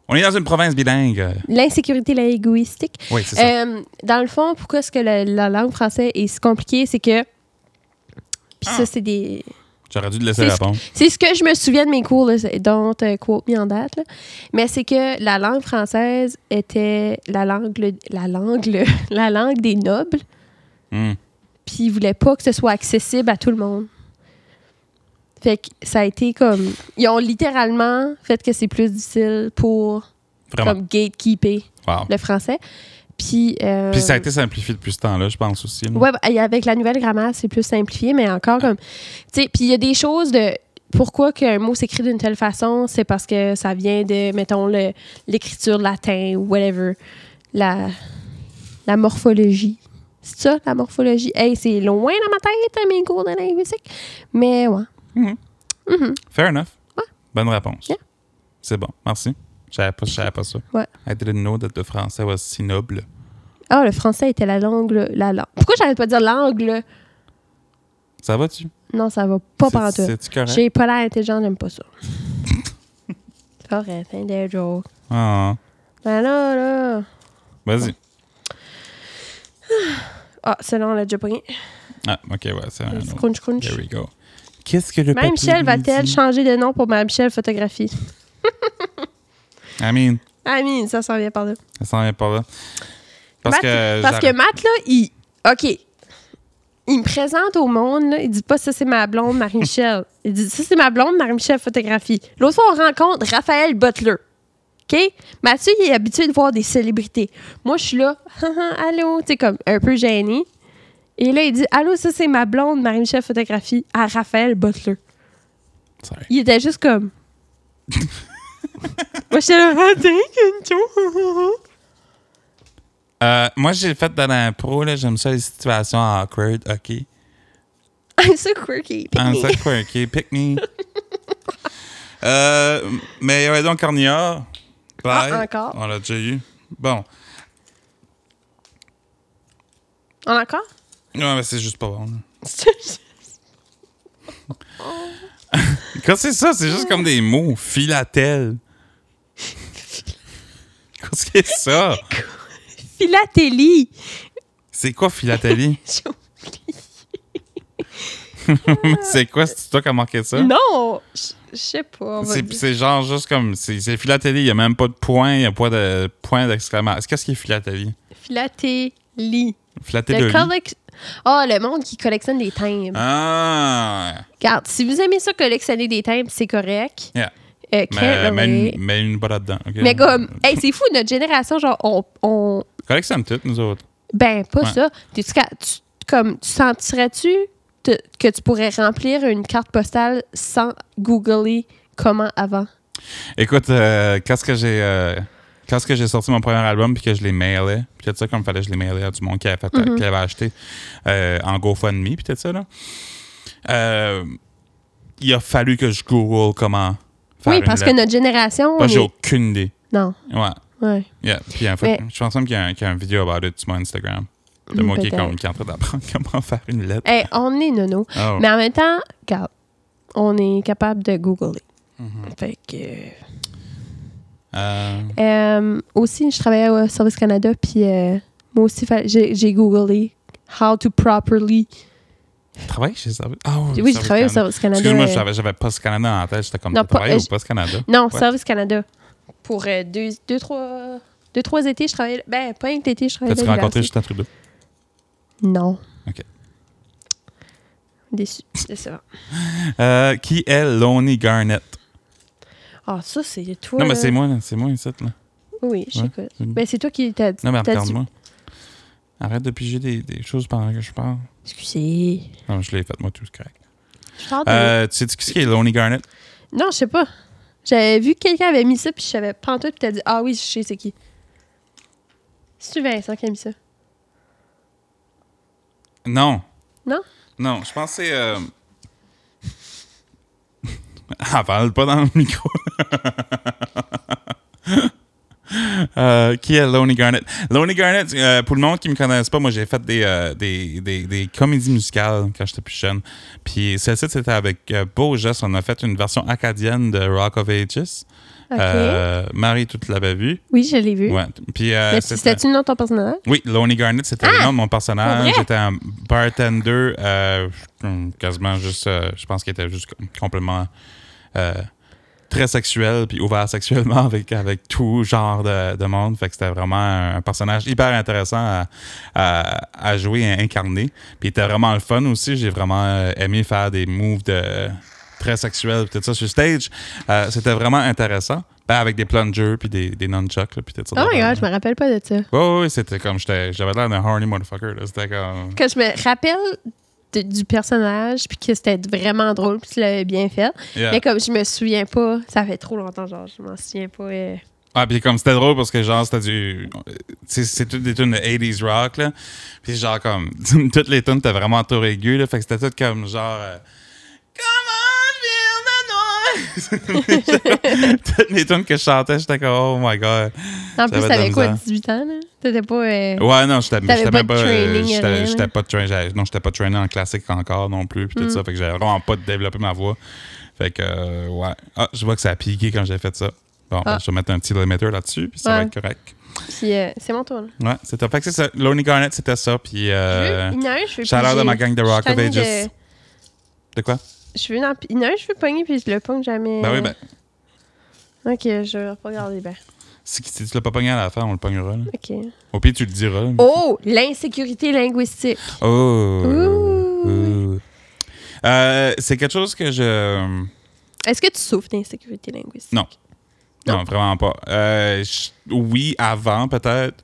Speaker 1: On est dans une province bilingue.
Speaker 2: L'insécurité linguistique.
Speaker 1: Oui, c'est ça.
Speaker 2: Dans le fond, pourquoi est-ce que la langue française est si compliquée, c'est que... Puis ça, c'est des...
Speaker 1: J'aurais dû te laisser répondre.
Speaker 2: C'est ce que je me souviens de mes cours, là, don't quote me on that. Là. Mais c'est que la langue française était la langue des nobles. Puis ils voulaient pas que ce soit accessible à tout le monde. Fait que ça a été comme... Ils ont littéralement fait que c'est plus difficile pour comme gatekeeper le français. Puis
Speaker 1: ça a été simplifié depuis ce temps-là, je pense aussi.
Speaker 2: Oui, avec la nouvelle grammaire, c'est plus simplifié, mais encore comme... Tu sais, puis il y a des choses de... Pourquoi qu'un mot s'écrit d'une telle façon, c'est parce que ça vient de, mettons, l'écriture latin ou whatever. La morphologie. C'est ça, la morphologie? Hey, c'est loin dans ma tête, mes cours de linguistique. Mais ouais.
Speaker 1: Fair enough.
Speaker 2: Ouais.
Speaker 1: Bonne réponse.
Speaker 2: Yeah.
Speaker 1: C'est bon. Merci. Je savais pas ça.
Speaker 2: Ouais.
Speaker 1: I didn't know that the français was si noble.
Speaker 2: Ah, le français était la langue. Pourquoi j'arrête pas de dire langue, là?
Speaker 1: Ça va-tu?
Speaker 2: Non, ça va pas pantoute.
Speaker 1: C'est-tu correct?
Speaker 2: J'ai pas l'air intelligent, j'aime pas ça. C'est correct, hein, des jokes.
Speaker 1: Ah.
Speaker 2: Ben là.
Speaker 1: Vas-y.
Speaker 2: Ah, celle-là, on l'a déjà pris.
Speaker 1: Ah, OK, ouais, c'est un autre.
Speaker 2: Crunch, crunch.
Speaker 1: There we go. Qu'est-ce que le papier
Speaker 2: Marie-Michel va-t-elle
Speaker 1: dit?
Speaker 2: changer de nom pour Marie-Michel Photographie?
Speaker 1: I mean,
Speaker 2: ça s'en vient par là.
Speaker 1: ça s'en vient pas là. Parce
Speaker 2: que Matt, là, OK. Il me présente au monde, là, il dit pas ça, c'est ma blonde Marie-Michel. Il dit ça, c'est ma blonde Marie-Michel Photographie. L'autre fois, on rencontre Raphaël Butler. OK? Mathieu, il est habitué de voir des célébrités. Moi, je suis là, allô, tu sais, comme un peu gêné. Et là, il dit, allô, ça, c'est ma blonde Marie-Michel Photographie à Raphaël Butler.
Speaker 1: Sorry.
Speaker 2: Il était juste comme. Moi, j'étais là,
Speaker 1: moi, j'ai fait de l'impro, là. J'aime ça, les situations awkward. OK.
Speaker 2: I'm so quirky. Pick
Speaker 1: I'm
Speaker 2: me.
Speaker 1: so quirky. Pick me. Mais ouais, donc, Cornia. Bye.
Speaker 2: Ah, encore?
Speaker 1: On l'a déjà eu. Bon.
Speaker 2: On a encore?
Speaker 1: Ouais, mais c'est juste pas bon. Quand c'est ça, c'est juste comme des mots. Philatel. Qu'est-ce que c'est ça?
Speaker 2: Philatélie.
Speaker 1: C'est quoi philatélie? C'est quoi? C'est toi qui as marqué ça?
Speaker 2: Non! Je sais pas.
Speaker 1: C'est genre juste comme... C'est philatélie. Il n'y a même pas de point. Il n'y a pas de point d'exclamation. Qu'est-ce qui est philatélie?
Speaker 2: Philatélie.
Speaker 1: Philatélie.
Speaker 2: Le monde qui collectionne des timbres.
Speaker 1: Ah!
Speaker 2: Regarde, si vous aimez ça, collectionner des timbres, c'est correct.
Speaker 1: Yeah.
Speaker 2: Mais
Speaker 1: une pas là-dedans. Okay?
Speaker 2: Mais comme, hey, c'est fou, notre génération, genre, on...
Speaker 1: Collectionne toutes, nous autres.
Speaker 2: Ben, pas ça. Tu sentirais-tu que tu pourrais remplir une carte postale sans googler comment avant?
Speaker 1: Écoute, quand que j'ai sorti mon premier album puis que je les mailais, puis tout ça, comme il fallait que je les mailais à du monde qui avait acheté en GoFundMe, puis tout ça, là, il a fallu que je google comment faire
Speaker 2: oui,
Speaker 1: une
Speaker 2: parce
Speaker 1: lettre.
Speaker 2: que notre génération...
Speaker 1: J'ai aucune idée.
Speaker 2: Non.
Speaker 1: Ouais. Yeah. Puis en fait, je pense même qu'il y a une vidéo about it sur mon Instagram. De moi qui est en train d'apprendre comment faire une lettre.
Speaker 2: Hey, on est nono.
Speaker 1: Oh.
Speaker 2: Mais en même temps, regarde, on est capable de googler. Fait que... aussi, je travaillais au Service Canada, puis moi aussi, j'ai googlé how to properly...
Speaker 1: Tu travailles chez Service?
Speaker 2: Oui, je travaillais au Service Canada.
Speaker 1: Excuse-moi, j'avais Post Canada en tête. J'étais comme, tu travailles au Post Canada?
Speaker 2: Non, ouais. Service Canada. Pour deux, trois étés, je travaillais... Ben, pas un été, je travaillais...
Speaker 1: T'as-tu rencontré Justin Trudeau?
Speaker 2: Non.
Speaker 1: OK.
Speaker 2: Déçu. Décevant.
Speaker 1: Qui est Lonnie Garnett?
Speaker 2: Ah, ça, c'est toi.
Speaker 1: Non, mais c'est moi ici, là.
Speaker 2: Oui, je t'écoute. Ben, c'est toi qui t'as dit.
Speaker 1: Non, mais regarde-moi. Arrête de piger des choses pendant que je parle.
Speaker 2: Excusez.
Speaker 1: Non, je l'ai fait, moi, tout, c'est correct.
Speaker 2: Tu
Speaker 1: sais-tu qui est Lonnie Garnett?
Speaker 2: Non, je sais pas. J'avais vu que quelqu'un avait mis ça, puis je savais pas en tout, puis t'as dit, ah oui, je sais c'est qui. C'est-tu Vincent qui a mis ça?
Speaker 1: Non.
Speaker 2: Non?
Speaker 1: Non, je pense que c'est... parle pas dans le micro. Qui est Lonely Garnet? Lonely Garnet, pour le monde qui me connaisse pas, moi j'ai fait des comédies musicales quand j'étais plus jeune. Puis celle-ci, c'était avec Beau Geste. On a fait une version acadienne de Rock of Ages.
Speaker 2: OK.
Speaker 1: Marie, tu l'avais vu?
Speaker 2: Oui, je l'ai vu.
Speaker 1: Ouais. Puis,
Speaker 2: Mais c'était-tu le nom de ton personnage?
Speaker 1: Oui, Lonely Garnet, c'était le nom de mon personnage.
Speaker 2: Pour vrai?
Speaker 1: J'étais un bartender, quasiment juste, je pense qu'il était juste complètement très sexuel puis ouvert sexuellement avec tout genre de monde. Fait que c'était vraiment un personnage hyper intéressant à jouer et à incarner. Puis il était vraiment le fun aussi. J'ai vraiment aimé faire des moves très sexuels puis tout ça sur stage. C'était vraiment intéressant. Ben, avec des plungers puis des nunchucks puis tout ça.
Speaker 2: Oh my god, je me rappelle pas de ça.
Speaker 1: Oui, c'était comme j'avais l'air d'un horny motherfucker. Là. C'était comme...
Speaker 2: Que je me rappelle du personnage puis que c'était vraiment drôle puis tu l'avais bien fait.
Speaker 1: Yeah.
Speaker 2: Mais comme je me souviens pas, ça fait trop longtemps, genre, je m'en souviens pas.
Speaker 1: Ah, puis comme c'était drôle parce que genre c'était du. C'est toutes des tunes de 80s rock, là. Puis genre comme. Toutes les tunes étaient vraiment tour aigu, là. Fait que c'était tout comme genre. Come on, feel the noise! Toutes les tunes que je chantais, j'étais comme, oh my god.
Speaker 2: En plus,
Speaker 1: J'avais de la
Speaker 2: t'avais quoi,
Speaker 1: misère.
Speaker 2: 18 ans, là? T'étais pas...
Speaker 1: Ouais, non, j'étais
Speaker 2: T'avais pas
Speaker 1: même
Speaker 2: de training, rien,
Speaker 1: j'étais pas trainer. Non, j'étais pas trainer en classique encore non plus. Puis tout ça. Fait que j'avais vraiment pas développé ma voix. Fait que, ouais. Ah, je vois que ça a piqué quand j'ai fait ça. Bon, ben, je vais mettre un petit limiter là-dessus, puis ça va être correct.
Speaker 2: Puis c'est mon tour, là.
Speaker 1: Ouais, c'était. Fait que c'est ça. Lonely Garnet, c'était ça. Puis.
Speaker 2: Il y en a un, je veux
Speaker 1: Shout-out de ma gang de Rock of Ages. De quoi?
Speaker 2: Il y en a un, je veux pogner, puis je le pogne jamais.
Speaker 1: Ben oui, ben.
Speaker 2: Ok, je vais regarder, ben.
Speaker 1: Si tu l'as pas pogné à la fin, on le pognera. Là.
Speaker 2: Ok.
Speaker 1: Au pire, tu le diras. Là.
Speaker 2: Oh, l'insécurité linguistique.
Speaker 1: Oh!
Speaker 2: Ouh.
Speaker 1: C'est quelque chose que je.
Speaker 2: Est-ce que tu souffres d'insécurité linguistique?
Speaker 1: Non. Non, vraiment pas. Oui, avant, peut-être.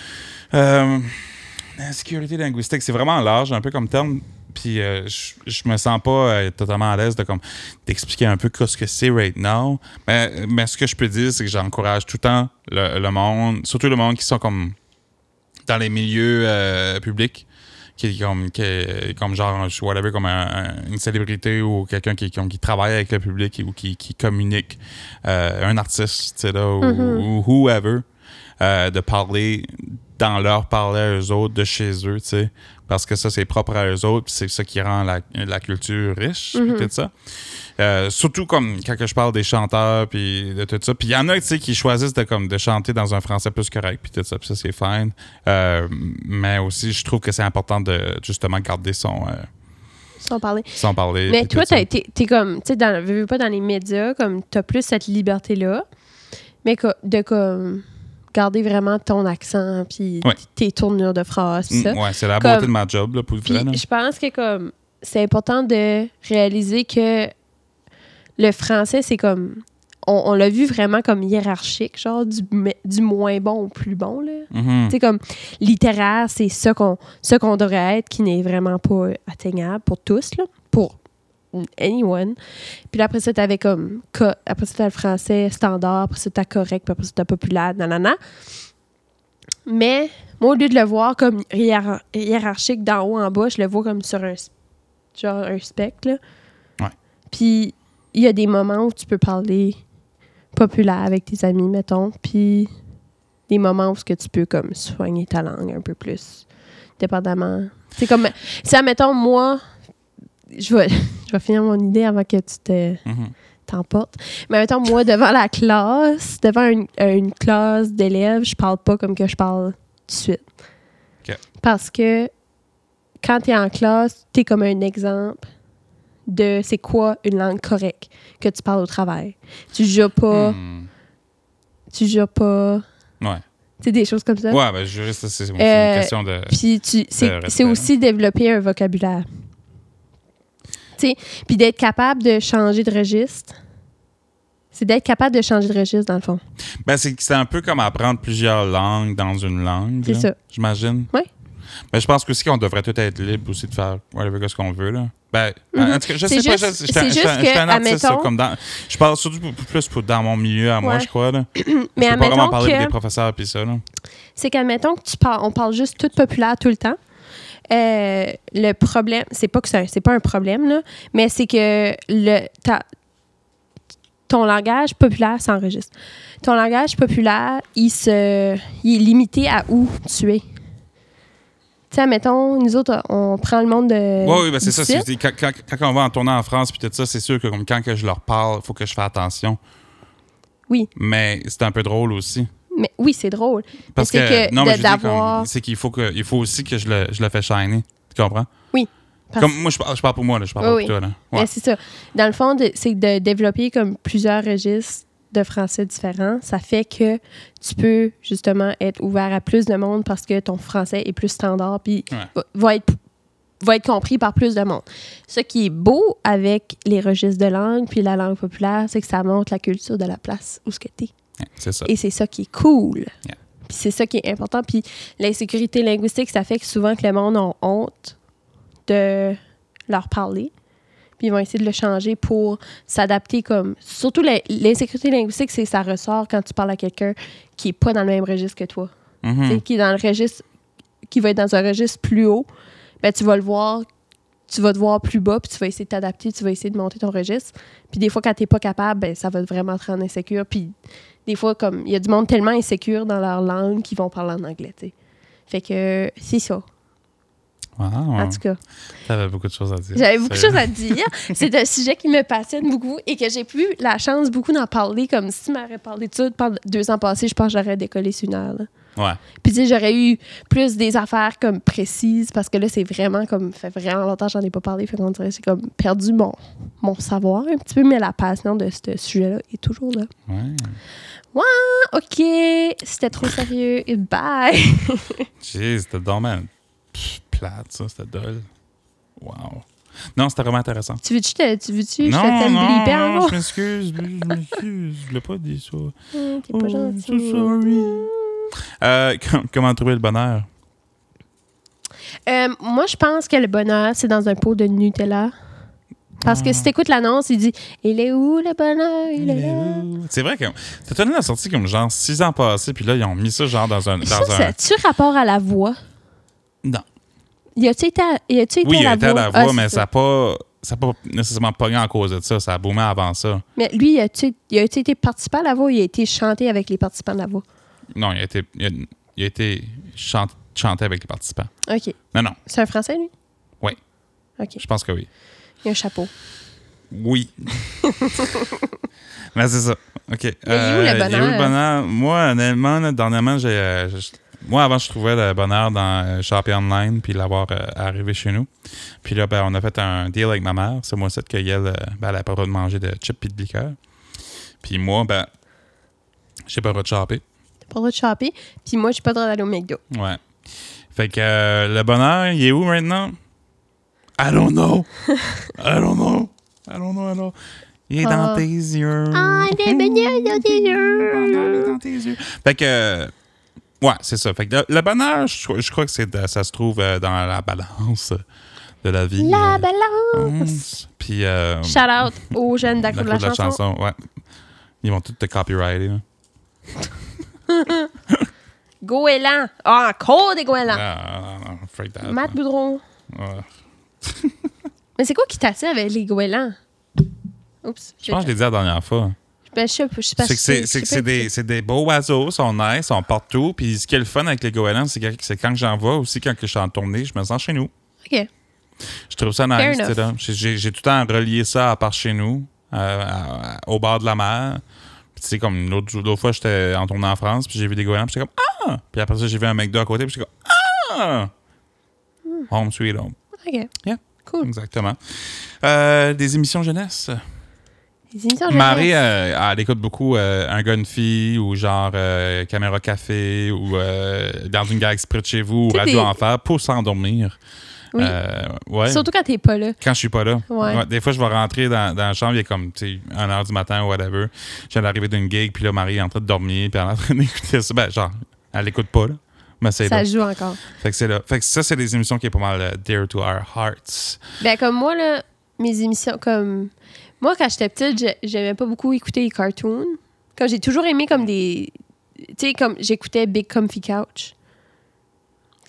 Speaker 1: L'insécurité linguistique, c'est vraiment large, un peu comme terme. Puis je me sens pas totalement à l'aise de comme d'expliquer un peu ce que c'est right now. Mais ce que je peux dire, c'est que j'encourage tout le temps le monde, surtout le monde qui sont comme dans les milieux publics, qui est comme genre, whatever, comme une célébrité ou quelqu'un qui travaille avec le public ou qui communique, un artiste, tu sais, là, ou whoever, de parler dans leur parler à eux autres, de chez eux, tu sais, parce que ça, c'est propre à eux autres, puis c'est ça qui rend la culture riche, puis tout ça. Surtout comme quand je parle des chanteurs, puis de tout ça. Puis il y en a, tu sais, qui choisissent de chanter dans un français plus correct, puis tout ça, puis ça, c'est fine. Mais aussi, je trouve que c'est important de, justement, garder son...
Speaker 2: Sans parler.
Speaker 1: Sans parler.
Speaker 2: Mais toi, t'es comme, tu sais, pas dans les médias, comme, t'as plus cette liberté-là, mais de comme garder vraiment ton accent, puis tes tournures de phrases, pis ça.
Speaker 1: Ouais, c'est la beauté de ma job, là, pour le vrai.
Speaker 2: Je pense que, comme, c'est important de réaliser que le français, c'est comme... On l'a vu vraiment comme hiérarchique, genre du moins bon au plus bon, là. Tu sais, comme littéraire, c'est ce qu'on devrait être, qui n'est vraiment pas atteignable pour tous, là, pour anyone. Puis là, après ça, t'avais comme... Après ça, t'as le français standard, après ça, t'as correct, puis après ça, t'as populaire, nanana. Mais, moi, au lieu de le voir comme hiérarchique d'en haut en bas, je le vois comme sur un spectre, là.
Speaker 1: Ouais.
Speaker 2: Puis, il y a des moments où tu peux parler populaire avec tes amis, mettons, puis des moments où tu peux comme soigner ta langue un peu plus, dépendamment. C'est comme, si, admettons, moi, je vais finir mon idée avant que tu t'emportes. Mais admettons, moi, devant la classe, devant une classe d'élèves, je parle pas comme que je parle tout de suite.
Speaker 1: Okay.
Speaker 2: Parce que quand tu es en classe, tu es comme un exemple de c'est quoi une langue correcte que tu parles au travail. Tu jures pas. Tu jures pas.
Speaker 1: Ouais.
Speaker 2: Tu sais, des choses comme ça.
Speaker 1: Ouais, ben, je jurais que c'est une question de.
Speaker 2: Puis c'est aussi développer un vocabulaire. Tu sais, puis d'être capable de changer de registre. C'est d'être capable de changer de registre, dans le fond.
Speaker 1: Ben, c'est un peu comme apprendre plusieurs langues dans une langue.
Speaker 2: C'est ça.
Speaker 1: J'imagine.
Speaker 2: Oui.
Speaker 1: Mais je pense aussi qu'on devrait tout être libre aussi de faire whatever ce qu'on veut, là. Ben, en tout cas, je sais pas, je suis un artiste, comme dans... Je parle surtout plus dans mon milieu à moi, je crois, là.
Speaker 2: Mais
Speaker 1: je peux pas vraiment parler des professeurs pis ça, là.
Speaker 2: C'est qu'admettons que on parle juste tout populaire tout le temps. Le problème, c'est pas un problème, là, mais c'est que ton langage populaire s'enregistre. Ton langage populaire, il est limité à où tu es. Tu sais, mettons, nous autres, on prend le monde de.
Speaker 1: Oui, ben c'est ça. Quand on va en tournant en France, puis tout ça, c'est sûr que comme quand que je leur parle, il faut que je fasse attention.
Speaker 2: Oui.
Speaker 1: Mais c'est un peu drôle aussi.
Speaker 2: Mais oui, c'est drôle.
Speaker 1: Parce
Speaker 2: mais c'est
Speaker 1: que, non, mais
Speaker 2: d'avoir.
Speaker 1: c'est qu'il faut aussi que je le fais shiner. Tu comprends?
Speaker 2: Oui.
Speaker 1: Comme moi, je parle pour moi, là, je parle pas pour toi. Là. Ouais.
Speaker 2: Mais c'est ça. Dans le fond, c'est de développer comme plusieurs registres de français différents. Ça fait que tu peux justement être ouvert à plus de monde parce que ton français est plus standard puis va être compris par plus de monde. Ce qui est beau avec les registres de langue puis la langue populaire, c'est que ça montre la culture de la place où ce que t'es.
Speaker 1: C'est ça.
Speaker 2: Et c'est ça qui est cool.
Speaker 1: Yeah.
Speaker 2: Puis c'est ça qui est important. Puis l'insécurité linguistique, ça fait que souvent que le monde a honte de leur parler. Puis ils vont essayer de le changer pour s'adapter comme... Surtout l'insécurité linguistique, c'est que ça ressort quand tu parles à quelqu'un qui n'est pas dans le même registre que toi.
Speaker 1: Mm-hmm.
Speaker 2: Qui est dans le registre... qui va être dans un registre plus haut. Ben, tu vas le voir... Tu vas te voir plus bas, puis tu vas essayer de t'adapter, tu vas essayer de monter ton registre. Puis des fois, quand tu n'es pas capable, ben, ça va vraiment te rendre insécure. Puis des fois, comme il y a du monde tellement insécure dans leur langue qu'ils vont parler en anglais, tu sais. Fait que c'est ça.
Speaker 1: Wow.
Speaker 2: En tout cas.
Speaker 1: T'avais beaucoup de choses à dire.
Speaker 2: J'avais beaucoup de choses à dire. C'est un sujet qui me passionne beaucoup et que j'ai plus la chance beaucoup d'en parler. Comme si tu m'aurais parlé de ça pendant 2 ans passés, je pense que j'aurais décollé sur une heure. Là.
Speaker 1: Ouais.
Speaker 2: Puis tu sais, j'aurais eu plus des affaires comme précises parce que là, c'est vraiment comme... fait vraiment longtemps que j'en ai pas parlé. Fait qu'on dirait que j'ai comme perdu mon savoir un petit peu, mais la passion de ce sujet-là est toujours là.
Speaker 1: Ouais.
Speaker 2: OK. C'était trop sérieux. Bye.
Speaker 1: Jeez, c'était dommage plate, ça. C'était dole. Wow. Non, c'était vraiment intéressant.
Speaker 2: Tu veux-tu je te
Speaker 1: Non,
Speaker 2: encore?
Speaker 1: je m'excuse. Je voulais pas dire ça.
Speaker 2: T'es pas gentil.
Speaker 1: So sorry. Comment trouver le bonheur?
Speaker 2: Moi, je pense que le bonheur, c'est dans un pot de Nutella. Parce que si t'écoutes l'annonce, il dit « Il est où le bonheur? Il est là. »
Speaker 1: C'est vrai que t'as tenu la sortie comme genre 6 ans passés, puis là, ils ont mis ça genre dans un...
Speaker 2: Ça, as-tu rapport à la voix?
Speaker 1: Non.
Speaker 2: Y a-tu été à la voix?
Speaker 1: Oui, il a été à la voix, mais ça n'a pas nécessairement pogné en cause de ça. Ça a boomé avant ça.
Speaker 2: Mais lui, il a-tu été participant à la voix ou il a été chanté avec les participants de la voix?
Speaker 1: Non, il a été chanté avec les participants.
Speaker 2: OK.
Speaker 1: Non.
Speaker 2: C'est un Français, lui?
Speaker 1: Oui.
Speaker 2: OK.
Speaker 1: Je pense que oui.
Speaker 2: Il a un chapeau.
Speaker 1: Oui. Mais c'est ça. OK.
Speaker 2: Il est où le bonheur?
Speaker 1: Il est où le bonheur? Moi, honnêtement, là, dernièrement, moi, avant, je trouvais le bonheur dans Shopee Online puis l'avoir arrivé chez nous. Puis là, on a fait un deal avec ma mère. C'est moi, cette qu'elle elle n'a pas le droit de manger de chips et de liqueur. Puis moi, j'ai pas le droit de shopper.
Speaker 2: T'as pas le droit de shopper. Puis moi, j'ai pas le droit d'aller au McDo.
Speaker 1: Ouais. Fait que le bonheur, il est où maintenant? I don't know. Il est dans tes yeux.
Speaker 2: Ah, il est dans tes yeux.
Speaker 1: Dans tes yeux. Fait que... ouais, c'est ça. Fait que le bonheur, je crois que ça se trouve dans la balance de la vie.
Speaker 2: La balance.
Speaker 1: Puis...
Speaker 2: shout-out aux jeunes d'Accro de la chanson.
Speaker 1: Ouais. Ils vont tous te copyrighter.
Speaker 2: Goéland. Ah, encore des goélands.
Speaker 1: Non, freak that.
Speaker 2: Matt Boudreau.
Speaker 1: Ouais.
Speaker 2: Mais c'est quoi qui t'attire avec les goélands? Oups.
Speaker 1: Je pense que je l'ai dit la dernière fois.
Speaker 2: Ben, je sais pas.
Speaker 1: C'est des beaux oiseaux, sont nice, sont partout. Puis ce qui est le fun avec les goélands, c'est quand j'en vois aussi, quand je suis en tournée, je me sens chez nous.
Speaker 2: OK.
Speaker 1: Je trouve ça nice. Là. J'ai tout le temps relié ça à part chez nous, au bord de la mer. Puis tu sais, comme l'autre fois, j'étais en tournée en France, puis j'ai vu des goélands, puis j'étais comme « Ah! » Puis après ça, j'ai vu un McDo à côté, puis j'étais comme « Ah! » Home sweet home.
Speaker 2: OK.
Speaker 1: Yeah.
Speaker 2: Cool.
Speaker 1: Exactement. Des émissions jeunesse.
Speaker 2: Les émissions jeunesse.
Speaker 1: Marie, elle écoute beaucoup Un gars, une fille, ou genre Caméra Café, ou Dans une gare exprès de chez vous, ou Radio Enfer, pour s'endormir.
Speaker 2: Oui.
Speaker 1: Ouais.
Speaker 2: Surtout quand t'es pas là.
Speaker 1: Quand je suis pas là.
Speaker 2: Ouais.
Speaker 1: Ouais, des fois, je vais rentrer dans la chambre, il est comme 1h du matin ou whatever. Je viens d'arriver d'une gig, puis là, Marie est en train de dormir, puis elle est en train d'écouter ça. Ben, genre, elle l'écoute pas, là. Mais c'est
Speaker 2: ça
Speaker 1: là.
Speaker 2: joue encore.
Speaker 1: Fait que c'est là. Fait que ça, c'est des émissions qui est pas mal dear to our hearts.
Speaker 2: Ben, comme moi, là, mes émissions, comme... Moi, quand j'étais petite, j'aimais pas beaucoup écouter les cartoons. Comme j'ai toujours aimé comme des... Tu sais, comme j'écoutais Big Comfy Couch.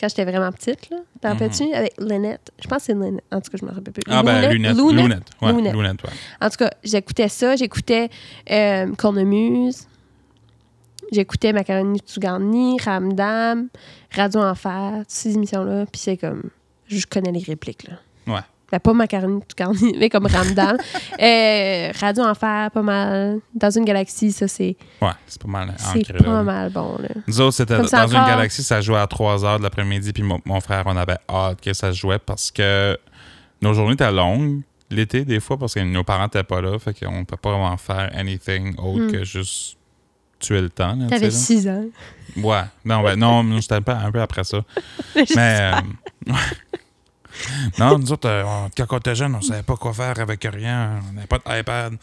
Speaker 2: quand j'étais vraiment petite, là. T'en rappelles-tu? Avec Lynette. Je pense que c'est Lynette. En tout cas, je me rappelle plus.
Speaker 1: Ah, ben, Lunette. Ouais,
Speaker 2: Lunette.
Speaker 1: Lunette, ouais.
Speaker 2: En tout cas, j'écoutais ça. J'écoutais Cornemuse. J'écoutais Macaroni tout garni, Ramdam, Radio Enfer, toutes ces émissions-là. Puis c'est comme... Je connais les répliques, là.
Speaker 1: Ouais.
Speaker 2: Ben, pas Macaroni tout garni, mais comme Ramdam. Radio Enfer, pas mal. Dans une galaxie, ça, c'est...
Speaker 1: Ouais, c'est pas mal
Speaker 2: C'est
Speaker 1: ancré,
Speaker 2: pas
Speaker 1: là.
Speaker 2: mal bon, là.
Speaker 1: Nous autres, c'était
Speaker 2: Comme
Speaker 1: dans
Speaker 2: ça
Speaker 1: une
Speaker 2: encore.
Speaker 1: galaxie, ça jouait à 3h de l'après-midi, puis mon frère, on avait hâte que ça se jouait parce que nos journées étaient longues, l'été, des fois, parce que nos parents n'étaient pas là, fait qu'on peut pas vraiment faire anything autre que juste tuer le temps. Là,
Speaker 2: T'avais
Speaker 1: tu sais,
Speaker 2: 6 ans.
Speaker 1: là. Ouais. Non, j'étais un peu après ça. Mais, ouais. Non, nous autres, quand on était jeunes, on savait pas quoi faire avec rien. On n'avait pas d'iPad.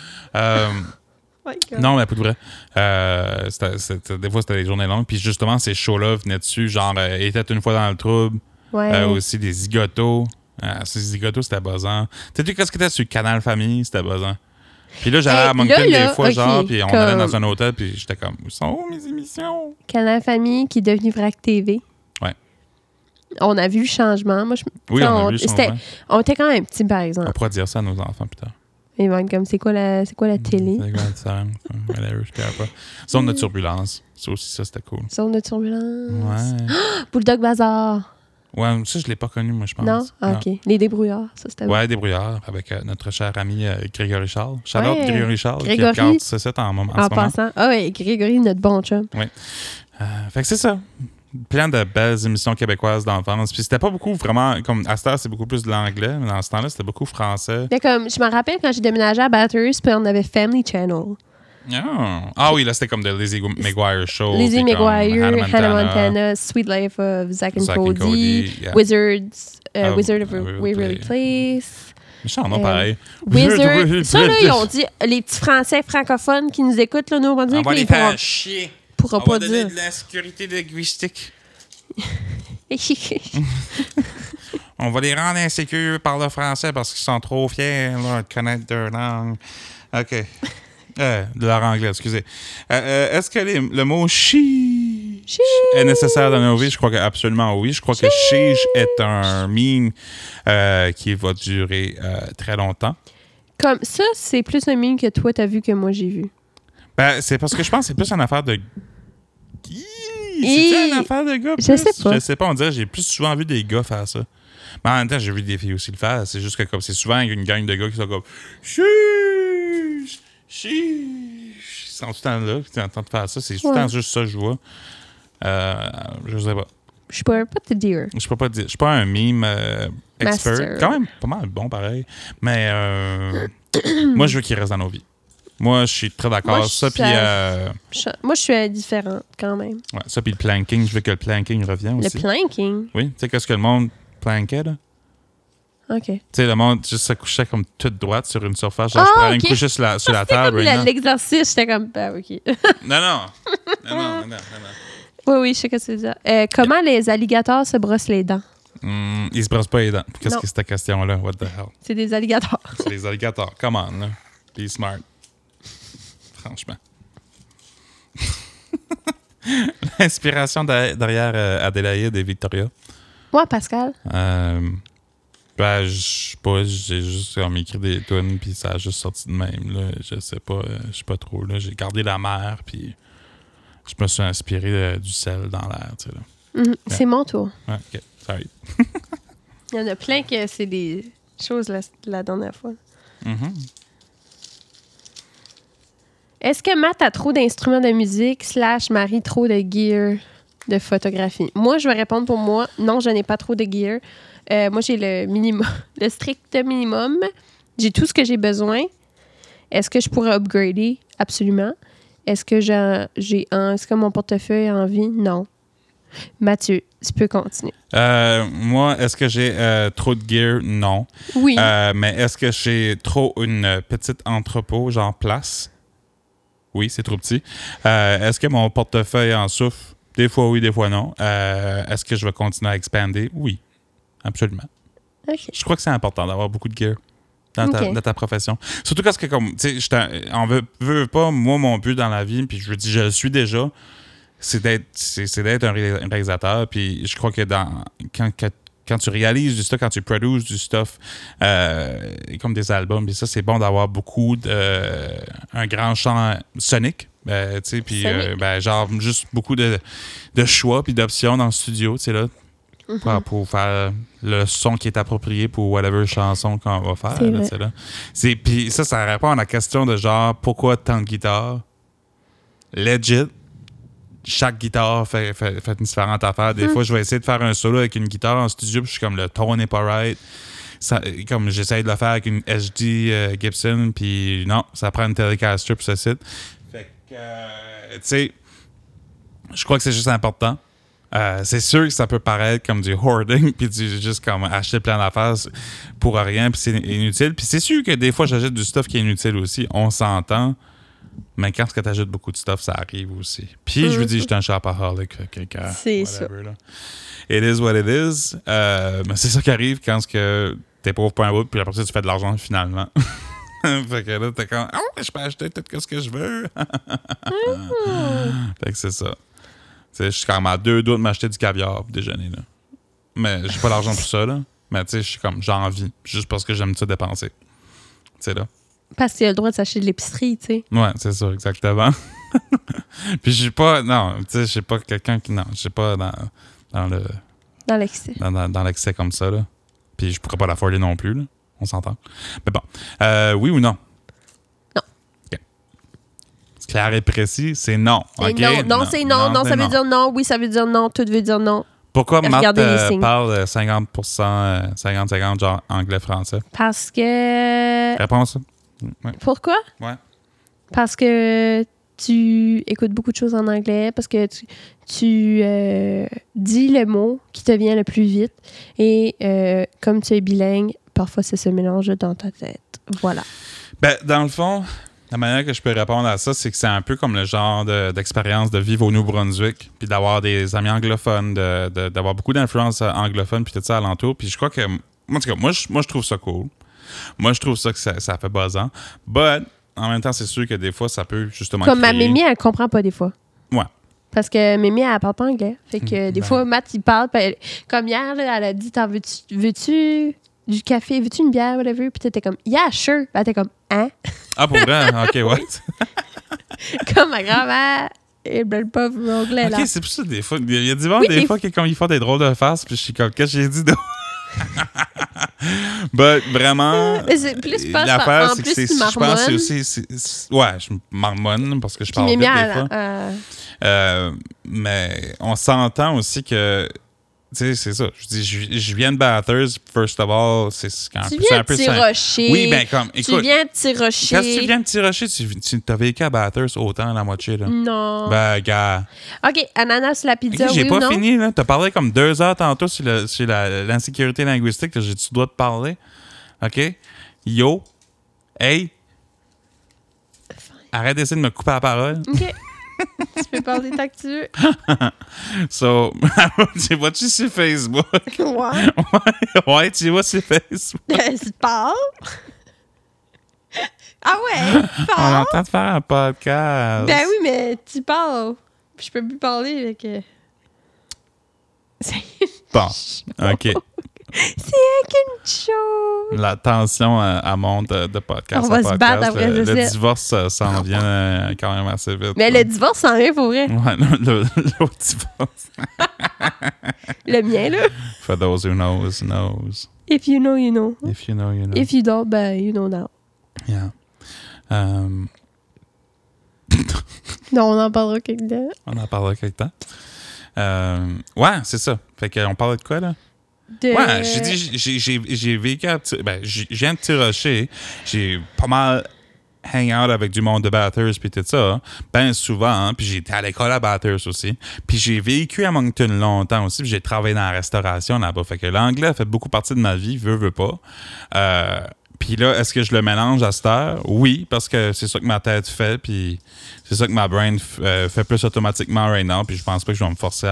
Speaker 2: My God.
Speaker 1: Non, mais pour de vrai. Des fois, c'était des journées longues. Puis justement, ces shows-là venaient dessus. Genre, il était une fois dans le trouble.
Speaker 2: Ouais.
Speaker 1: Aussi des zigotos. Ces zigotos, c'était buzzant. Tu sais, qu'est-ce que c'était sur Canal Famille? C'était buzzant. Puis là, j'allais à Moncton des fois,
Speaker 2: ok,
Speaker 1: genre, puis on
Speaker 2: comme...
Speaker 1: allait dans un hôtel, puis j'étais comme, où sont où mes émissions?
Speaker 2: Canal Famille qui est devenu Vrac TV.
Speaker 1: Ouais.
Speaker 2: On a vu le changement. Moi,
Speaker 1: Oui, on a vu le changement.
Speaker 2: On était quand même petits, par
Speaker 1: On
Speaker 2: exemple.
Speaker 1: pourra dire ça à nos enfants plus tard.
Speaker 2: Ils vont être comme, c'est quoi la télé?
Speaker 1: C'est quoi ça? Je sais pas. Zone de turbulence. Ça aussi, ça, c'était cool.
Speaker 2: Zone de turbulence.
Speaker 1: Ouais.
Speaker 2: Bulldog Bazar.
Speaker 1: Ouais, ça, je l'ai pas connu, moi, je pense.
Speaker 2: Non? Ah, OK. Les débrouillards, ça, c'était
Speaker 1: Ouais, des brouillards avec notre cher ami Grégory Charles. Charlotte
Speaker 2: Ouais.
Speaker 1: Grégory Charles
Speaker 2: Grégory.
Speaker 1: qui regarde ça en ce moment.
Speaker 2: En passant. Ah oui, Grégory, notre bon chum.
Speaker 1: Fait que c'est ça. Plein de belles émissions québécoises d'enfance. Puis c'était pas beaucoup vraiment... Comme à cette heure, c'est beaucoup plus de l'anglais. Mais dans ce temps-là, c'était beaucoup français.
Speaker 2: Mais comme, je me rappelle quand j'ai déménagé à Bathurst, puis on avait Family Channel.
Speaker 1: Ah oui, là, c'était comme The Lizzie McGuire Show.
Speaker 2: Lizzie
Speaker 1: puis comme
Speaker 2: McGuire, Hannah Montana, Sweet Life of Zack and Cody,
Speaker 1: yeah.
Speaker 2: Wizard of Waverly Place.
Speaker 1: Méchant, non, pareil.
Speaker 2: Wizard. Ça, là, ils ont dit, les petits Français francophones qui nous écoutent, là, nous, on va dire
Speaker 1: On va
Speaker 2: qu'ils
Speaker 1: les faire chier.
Speaker 2: pourra
Speaker 1: On
Speaker 2: pas
Speaker 1: va donner
Speaker 2: dire.
Speaker 1: de la sécurité linguistique. On va les rendre insécures par le français parce qu'ils sont trop fiers là, de connaître leur langue. OK. De leur anglais, excusez. Est-ce que le mot chiche est nécessaire dans nos vies? Je crois que absolument oui. Je crois que chiche est un meme qui va durer très longtemps.
Speaker 2: Comme ça, c'est plus un meme que toi, t'as vu que moi, j'ai vu.
Speaker 1: Ben, c'est parce que je pense que c'est plus une affaire de... C'est une affaire de gars?
Speaker 2: Je sais pas.
Speaker 1: Je sais pas, on dirait que j'ai plus souvent vu des gars faire ça. Mais en même temps, j'ai vu des filles aussi le faire. C'est juste que comme c'est souvent une gang de gars qui sont comme chiche, chiche. Ils sont tout le temps là, qui entendent faire ça. C'est tout le temps juste ça que je vois. Je sais pas.
Speaker 2: Je peux pas te dire.
Speaker 1: Je peux pas dire. Je suis pas un meme expert.
Speaker 2: Master.
Speaker 1: Quand même pas mal bon, pareil. Mais moi, je veux qu'il reste dans nos vies. Moi, je suis très d'accord.
Speaker 2: Moi,
Speaker 1: Ça, puis...
Speaker 2: Moi, je suis indifférente, quand même.
Speaker 1: ouais, ça, puis le planking. Je veux que le planking revienne aussi.
Speaker 2: Le planking?
Speaker 1: Oui, tu sais, qu'est-ce que le monde plankait, là?
Speaker 2: OK.
Speaker 1: Tu sais, le monde juste se couchait comme toute droite sur une surface. Genre, je pourrais me coucher sur la
Speaker 2: C'était
Speaker 1: table.
Speaker 2: comme
Speaker 1: right now.
Speaker 2: l'exercice, j'étais comme, OK.
Speaker 1: Non.
Speaker 2: Oui, je sais que c'est ça. Comment les alligators se brossent les dents?
Speaker 1: Ils se brossent pas les dents. Qu'est-ce
Speaker 2: Non.
Speaker 1: que c'est cette question-là? What the hell?
Speaker 2: C'est des alligators.
Speaker 1: C'est les alligators. Come on, là. Be smart. Franchement. L'inspiration derrière Adélaïde et Victoria.
Speaker 2: Moi, Pascal.
Speaker 1: Ben, je sais pas, j'ai juste comme écrit des tunes, puis ça a juste sorti de même, là. Je sais pas, je sais pas trop, là. J'ai gardé la mer, puis je me suis inspiré du sel dans l'air, tu sais, là.
Speaker 2: Mhm. C'est mon tour.
Speaker 1: Ouais, OK, sorry.
Speaker 2: Il y en a plein que c'est des choses la dernière fois.
Speaker 1: Mm-hmm.
Speaker 2: Est-ce que Matt a trop d'instruments de musique / Marie trop de gear de photographie? Moi, je vais répondre pour moi. Non, je n'ai pas trop de gear. Moi, j'ai le minimum, le strict minimum. J'ai tout ce que j'ai besoin. Est-ce que je pourrais upgrader? Absolument. Est-ce que est-ce que mon portefeuille a envie? Non. Mathieu, tu peux continuer.
Speaker 1: Moi, est-ce que j'ai trop de gear? Non.
Speaker 2: Oui.
Speaker 1: Mais est-ce que j'ai trop une petite entrepôt, genre place? Oui, c'est trop petit. Est-ce que mon portefeuille en souffre? Des fois oui, des fois non. Est-ce que je vais continuer à expander? Oui, absolument.
Speaker 2: OK.
Speaker 1: Je crois que c'est important d'avoir beaucoup de gear dans ta profession. Surtout parce que, comme, tu sais, on veut pas, moi, mon but dans la vie, puis je le dis, je le suis déjà, c'est d'être un réalisateur. Puis je crois que quand tu réalises du stuff, quand tu produces du stuff, comme des albums, puis ça, c'est bon d'avoir un grand champ sonique. Puis genre juste beaucoup de choix puis d'options dans le studio, tu sais, là. Pour faire le son qui est approprié pour whatever chanson qu'on va faire. Puis ça répond à la question de genre, pourquoi tant de guitares? Legit, chaque guitare fait une différente affaire. Des fois, je vais essayer de faire un solo avec une guitare en studio, puis je suis comme, le ton n'est pas right. Comme j'essaie de le faire avec une HD Gibson, puis non, ça prend une Telecaster pour ce site. Fait que, tu sais, je crois que c'est juste important. C'est sûr que ça peut paraître comme du hoarding, puis juste comme acheter plein d'affaires pour rien, puis c'est inutile. Puis c'est sûr que des fois, j'achète du stuff qui est inutile aussi. On s'entend. Mais quand tu achètes beaucoup de stuff, ça arrive aussi. Puis je vous dis, je suis un shopaholic.
Speaker 2: C'est ça.
Speaker 1: Là. It is what it is. Mais c'est ça qui arrive quand t'es pauvre pour un bout, puis après ça, tu fais de l'argent finalement. Fait que là, t'es comme, je peux acheter tout ce que je veux. Fait que c'est ça. Je suis quand même à 2 doigts de m'acheter du caviar pour déjeuner. Là. Mais j'ai pas l'argent pour ça. Là. Mais tu sais, je suis comme, j'ai envie. Juste parce que j'aime ça dépenser. Tu sais, là.
Speaker 2: Parce qu'il a le droit de s'acheter de l'épicerie, tu sais.
Speaker 1: Ouais, c'est ça, exactement. Puis je suis pas, non, tu sais, je suis pas quelqu'un qui, non, je suis pas dans le...
Speaker 2: Dans l'excès.
Speaker 1: Dans l'excès comme ça, là. Puis je pourrais pas l'afforder non plus, là. On s'entend. Mais bon, oui ou non?
Speaker 2: Non.
Speaker 1: OK. C'est clair et précis, c'est non.
Speaker 2: Okay? Non, c'est non. Non, ça veut dire non. Oui, ça veut dire non. Tout veut dire non.
Speaker 1: Pourquoi Matt parle 50%, 50-50, genre anglais-français?
Speaker 2: Parce que...
Speaker 1: Réponse?
Speaker 2: Ouais. Pourquoi?
Speaker 1: Ouais.
Speaker 2: Parce que tu écoutes beaucoup de choses en anglais, parce que tu dis le mot qui te vient le plus vite. Et comme tu es bilingue, parfois ça se mélange dans ta tête. Voilà.
Speaker 1: Ben, dans le fond... La manière que je peux répondre à ça, c'est que c'est un peu comme le genre d'expérience de vivre au Nouveau-Brunswick, puis d'avoir des amis anglophones, d'avoir beaucoup d'influence anglophone, puis tout ça alentour. Puis je crois que, en tout cas, moi, je trouve ça cool. Moi, je trouve ça que ça fait buzzant. But, en même temps, c'est sûr que des fois, ça peut justement
Speaker 2: comme
Speaker 1: créer...
Speaker 2: ma Mimi, elle comprend pas des fois.
Speaker 1: Ouais.
Speaker 2: Parce que Mimi, elle parle pas anglais. Fait que des fois, Matt, il parle. Comme hier, là, elle a dit, veux-tu du café, veux-tu une bière, whatever? Puis t'étais comme, yeah, sure. Ben, t'es comme, hein?
Speaker 1: Ah, pour vrai? OK, ouais.
Speaker 2: Comme ma grand-mère, elle parle pas anglais, là.
Speaker 1: OK, c'est pour ça, des fois. Il y a des fois comme ils font des drôles de faces, puis je suis comme, qu'est-ce que j'ai dit? But, vraiment,
Speaker 2: l'affaire, c'est que
Speaker 1: je pense que c'est aussi... Ouais, je marmonne parce que je parle vite des fois. Mais on s'entend aussi que... Tu sais, c'est ça. Je dis, je viens de Bathurst, first of all, c'est un peu ça.
Speaker 2: Rocher.
Speaker 1: Oui, ben comme, écoute.
Speaker 2: Tu viens de Tirocher.
Speaker 1: Quand tu viens de Tirocher, tu t'as vécu à Bathurst autant la moitié, là.
Speaker 2: Non.
Speaker 1: Ben, gars.
Speaker 2: OK, ananas la pizza,
Speaker 1: j'ai
Speaker 2: oui
Speaker 1: pas
Speaker 2: ou non?
Speaker 1: fini, là. T'as parlé comme 2 heures tantôt sur l'insécurité linguistique. J'ai-tu le droit de parler? OK? Yo. Hey. Arrête d'essayer de me couper la parole.
Speaker 2: OK. Tu peux parler tant que tu veux.
Speaker 1: So, tu vois-tu sur Facebook? Ouais, tu vois sur Facebook.
Speaker 2: Tu parles? Ah ouais, parle.
Speaker 1: On entend de faire un podcast.
Speaker 2: Ben oui, mais tu parles. Je peux plus parler avec...
Speaker 1: Bon, OK.
Speaker 2: C'est qu'une chose.
Speaker 1: La tension monte de podcast
Speaker 2: on va se battre après
Speaker 1: le divorce s'en vient quand même assez vite.
Speaker 2: Mais le divorce s'en vient pour vrai.
Speaker 1: Ouais, l'autre divorce.
Speaker 2: Le mien, là.
Speaker 1: For those who knows, knows.
Speaker 2: If you know, you know.
Speaker 1: If you know, you know.
Speaker 2: If you don't, ben, you know now.
Speaker 1: Yeah.
Speaker 2: Non, on en parlera quelque temps.
Speaker 1: On en parlera quelque temps. Ouais, c'est ça. Fait qu'on parle de quoi, là? Ouais, j'ai dit, j'ai vécu à... je viens de Tirocher. J'ai pas mal hang out avec du monde de Bathurst puis tout ça, ben souvent, hein, puis j'étais à l'école à Bathurst aussi. Puis j'ai vécu à Moncton longtemps aussi, puis j'ai travaillé dans la restauration là-bas. Fait que l'anglais a fait beaucoup partie de ma vie, veux pas. Puis là, est-ce que je le mélange à cette heure? Oui, parce que c'est ça que ma tête fait, puis c'est ça que ma brain fait plus automatiquement right now, puis je pense pas que je vais me forcer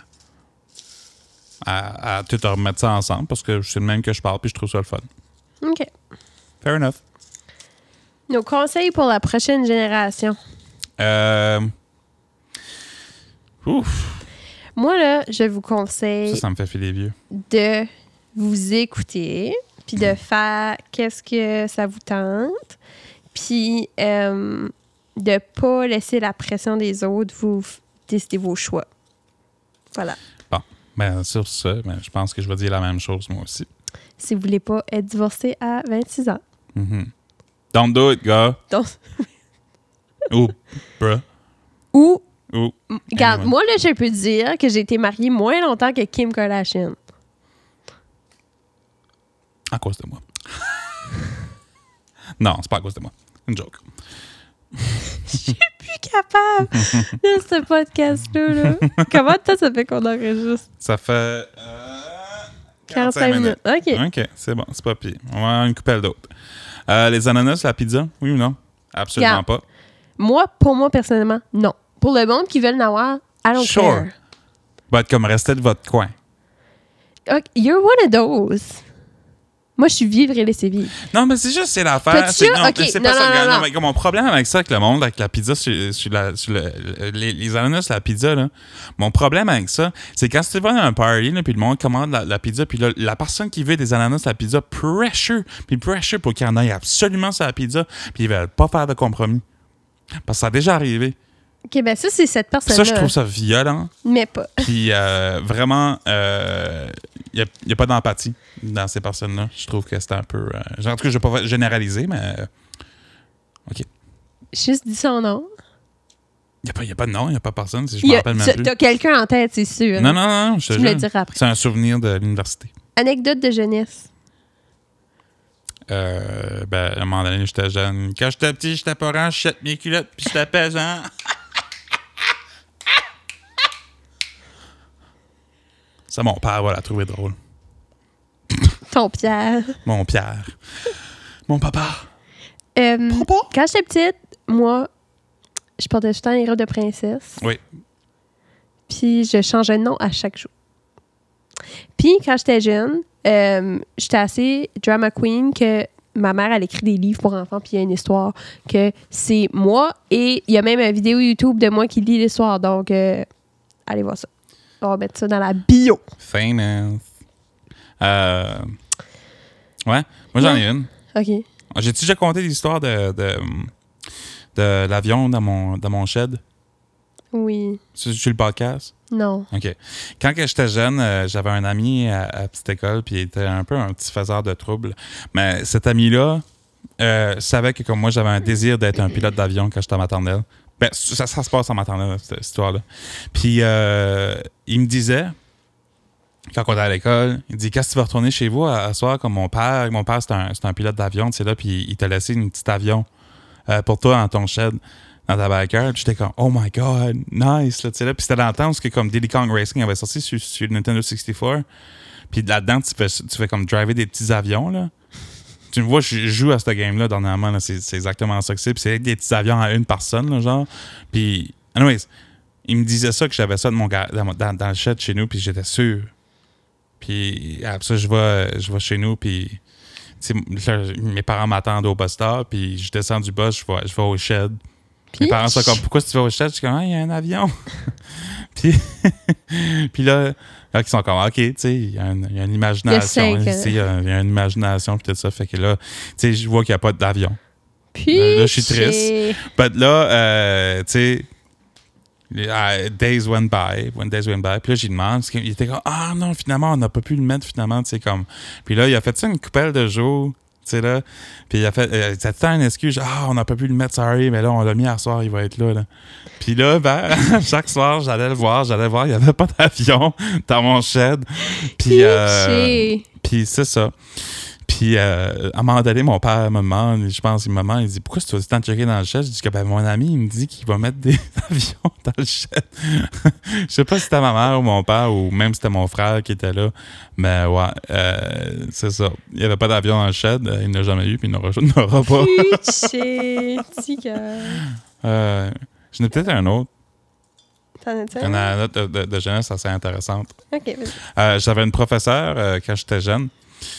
Speaker 1: à tout remettre ça ensemble, parce que c'est le même que je parle, puis je trouve ça le fun.
Speaker 2: OK.
Speaker 1: Fair enough.
Speaker 2: Nos conseils pour la prochaine génération.
Speaker 1: Ouf!
Speaker 2: Moi, là, je vous conseille
Speaker 1: Ça me fait filer vieux.
Speaker 2: de vous écouter, puis de faire qu'est-ce que ça vous tente, puis de pas laisser la pression des autres vous décider vos choix. Voilà.
Speaker 1: Bon, ben sur ça, ben, je pense que je vais dire la même chose moi aussi.
Speaker 2: Si vous voulez pas être divorcé à 26 ans.
Speaker 1: Mm-hmm. Don't do it, gars.
Speaker 2: Donc,
Speaker 1: Ou, bruh.
Speaker 2: ou,
Speaker 1: Ou.
Speaker 2: regarde,
Speaker 1: Anyway.
Speaker 2: moi, là, je peux dire que j'ai été mariée moins longtemps que Kim Kardashian.
Speaker 1: À cause de moi. Non, c'est pas à cause de moi. Une joke.
Speaker 2: Plus capable de ce podcast-là. Là. Comment de temps ça fait qu'on enregistre?
Speaker 1: Ça fait
Speaker 2: 45 minutes. OK.
Speaker 1: OK, c'est bon, c'est pas pire. On va avoir une coupelle d'autres. Les ananas, la pizza, oui ou non? Absolument
Speaker 2: Regarde.
Speaker 1: pas.
Speaker 2: Moi, pour moi, personnellement, non. Pour le monde qui veut l'avoir, I don't
Speaker 1: Sure.
Speaker 2: care.
Speaker 1: But comme restez de votre coin.
Speaker 2: Okay, you're one of those. Moi, je suis vivre et laisser vivre.
Speaker 1: Non, mais c'est juste, c'est l'affaire.
Speaker 2: T'as-tu-
Speaker 1: C'est, non,
Speaker 2: ok,
Speaker 1: mais c'est
Speaker 2: non,
Speaker 1: pas ça.
Speaker 2: non,
Speaker 1: Regarde,
Speaker 2: non.
Speaker 1: non, mais comme mon problème avec ça, avec le monde, avec la pizza, les ananas, la pizza, là, mon problème avec ça, c'est quand tu vas dans un party, là, puis le monde commande la pizza, puis là, la personne qui veut des ananas, la pizza, pressure pour qu'il y en ait absolument sur la pizza, puis ils veulent pas faire de compromis. Parce que ça a déjà arrivé.
Speaker 2: OK, ben ça, c'est cette
Speaker 1: Puis
Speaker 2: personne-là.
Speaker 1: ça, je trouve ça violent.
Speaker 2: Mais pas.
Speaker 1: Puis vraiment, il n'y a pas d'empathie dans ces personnes-là. Je trouve que c'est un peu... en tout cas, je ne vais pas généraliser, mais... OK.
Speaker 2: Juste dis son nom.
Speaker 1: Il n'y a pas de nom, il n'y a pas personne. Je me rappelle même plus.
Speaker 2: T'as quelqu'un en tête, c'est sûr.
Speaker 1: Non, je te
Speaker 2: Tu me le
Speaker 1: jure.
Speaker 2: diras après.
Speaker 1: C'est un souvenir de l'université.
Speaker 2: Anecdote de jeunesse.
Speaker 1: À un moment donné, j'étais jeune. Quand j'étais petit, j'étais pas rang, je jette mes culottes, puis j'étais pesant. Ça, mon père va la trouver drôle.
Speaker 2: Ton Pierre.
Speaker 1: Mon Pierre. Mon papa.
Speaker 2: Papa? Quand j'étais petite, moi, je portais tout le temps les robes de princesse.
Speaker 1: Oui.
Speaker 2: Puis je changeais de nom à chaque jour. Puis quand j'étais jeune, j'étais assez drama queen que ma mère, elle écrit des livres pour enfants, puis il y a une histoire que c'est moi, et il y a même une vidéo YouTube de moi qui lit l'histoire. Donc, allez voir ça. On va mettre ça dans la bio.
Speaker 1: Famous. Ouais. Moi, j'en ai une.
Speaker 2: OK.
Speaker 1: J'ai-tu déjà conté l'histoire de l'avion dans mon shed?
Speaker 2: Oui.
Speaker 1: Sur le podcast?
Speaker 2: Non.
Speaker 1: OK. Quand que j'étais jeune, j'avais un ami à petite école, puis il était un peu un petit faiseur de troubles. Mais cet ami-là savait que comme moi, j'avais un désir d'être un pilote d'avion quand j'étais en maternelle. Ben, ça se passe en maternelle, cette histoire-là. Puis, il me disait, quand on était à l'école, il dit, quand tu vas retourner chez vous à soir, comme mon père, c'est un pilote d'avion, tu sais, là, puis il t'a laissé une petite avion pour toi dans ton shed, dans ta backyard. J'étais comme, oh my God, nice, là, tu sais, là. Puis c'était dans le temps où comme Diddy Kong Racing avait sorti sur le Nintendo 64. Puis là-dedans, tu fais comme driver des petits avions, là. Tu me vois, je joue à ce game-là dernièrement. Là, c'est exactement ça que c'est. Puis c'est avec des petits avions à une personne, là, genre. Puis, anyways, il me disait ça, que j'avais ça dans le shed chez nous, puis j'étais sûr. Puis après ça, je vais chez nous, puis mes parents m'attendent au bus stop, puis je descends du bus, je vais au shed.
Speaker 2: Puis,
Speaker 1: Mes parents sont comme, pourquoi tu vas au shed? Je suis comme, il y a un avion. puis là, ils sont comme, OK, tu sais, il y a une imagination. Il y a une imagination, puis tout ça. Fait que là, tu sais, je vois qu'il n'y a pas d'avion.
Speaker 2: Puis,
Speaker 1: là, je suis triste. But là, tu sais, days went by. Puis là, j'y demande, parce qu'il était comme, ah non, finalement, on n'a pas pu le mettre, finalement, tu sais, comme. Puis là, il a fait ça une coupelle de jours. Tu sais, là. Puis il a fait. C'était tant une excuse. Ah, on n'a pas pu le mettre, sorry, mais là, on l'a mis à soir, il va être là. Puis là, ben, chaque soir, j'allais le voir, il n'y avait pas d'avion dans mon shed. Puis c'est ça. Puis à un moment donné, mon père me demande, je pense, il dit, pourquoi tu vas tout le temps checker dans le shed? Je dis que ben, mon ami, il me dit qu'il va mettre des avions dans le shed. Je sais pas si c'était ma mère ou mon père ou même si c'était mon frère qui était là. Mais ouais, c'est ça. Il n'y avait pas d'avion dans le shed. Il n'a jamais eu, puis il n'aura pas. J'en ai peut-être un autre.
Speaker 2: T'en as-tu
Speaker 1: Une note de jeunesse assez intéressante.
Speaker 2: OK, vas-y.
Speaker 1: J'avais une professeure quand j'étais jeune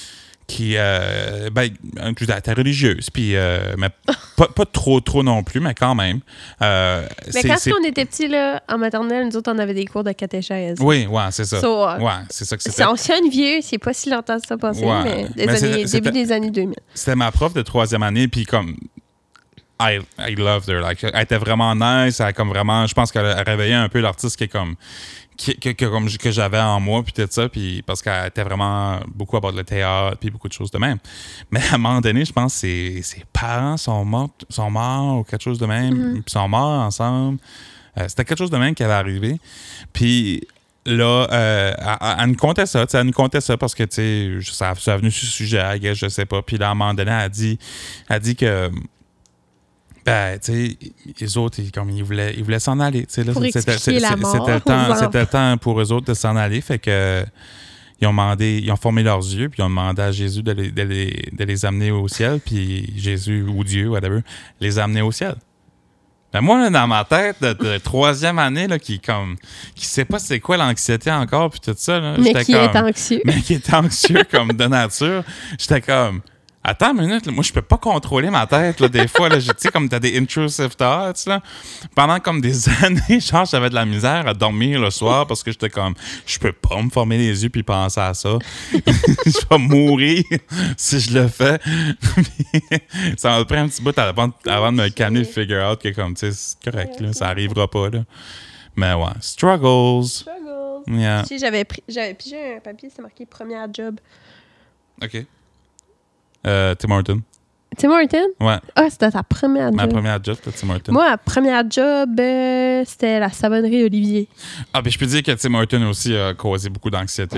Speaker 1: était religieuse, puis mais pas trop non plus, mais quand même.
Speaker 2: Mais quand on était petits, là, en maternelle, nous autres, on avait des cours de catéchèse.
Speaker 1: Oui, ouais, c'est ça.
Speaker 2: Ouais,
Speaker 1: c'est ça que c'était.
Speaker 2: C'est ancien vieux, c'est pas si longtemps que ça passé, mais début des années 2000.
Speaker 1: C'était ma prof de 3e année, puis comme I loved her. Like, elle était vraiment nice, elle comme vraiment, je pense qu'elle réveillait un peu l'artiste que j'avais en moi, puis tout ça, puis parce qu'elle était vraiment beaucoup à bord de le théâtre, puis beaucoup de choses de même. Mais à un moment donné, je pense que ses parents sont morts ou quelque chose de même, puis sont morts ensemble. C'était quelque chose de même qui avait arrivé. Puis là, elle nous contait ça, parce que, tu sais, ça a venu sur le sujet, je sais pas. Puis là, à un moment donné, elle dit que ben, tu sais, les autres, ils voulaient s'en aller. Là,
Speaker 2: pour expliquer la mort.
Speaker 1: C'était le temps pour eux autres de s'en aller. Fait que ils ont formé leurs yeux, puis ils ont demandé à Jésus de les amener au ciel, puis Jésus ou Dieu, whatever, les amener au ciel. Ben moi, là, dans ma tête, de 3e année, là, qui sait pas c'est quoi l'anxiété encore, puis tout ça, là,
Speaker 2: mais qui est anxieux.
Speaker 1: Mais qui est anxieux comme de nature, j'étais comme... Attends une minute, là, moi, je peux pas contrôler ma tête, là, des fois, là, tu sais, comme t'as des intrusive thoughts, là. Pendant comme des années, genre, j'avais de la misère à dormir le soir parce que j'étais comme, je peux pas me former les yeux puis penser à ça. Je vais mourir si je le fais. Ça m'a pris un petit bout avant de me calmer et figure out que, comme, tu sais, c'est correct, là, ça arrivera pas, là. Mais ouais, struggles. Yeah.
Speaker 2: Si j'avais pigé un papier, c'est marqué première job.
Speaker 1: OK. Tim Horton.
Speaker 2: Tim Horton?
Speaker 1: Ouais.
Speaker 2: Ah, c'était ta première job.
Speaker 1: Ma première job, c'était Tim Horton.
Speaker 2: Moi, ma première job, c'était la savonnerie Olivier.
Speaker 1: Ah, ben je peux dire que Tim Horton aussi a causé beaucoup d'anxiété.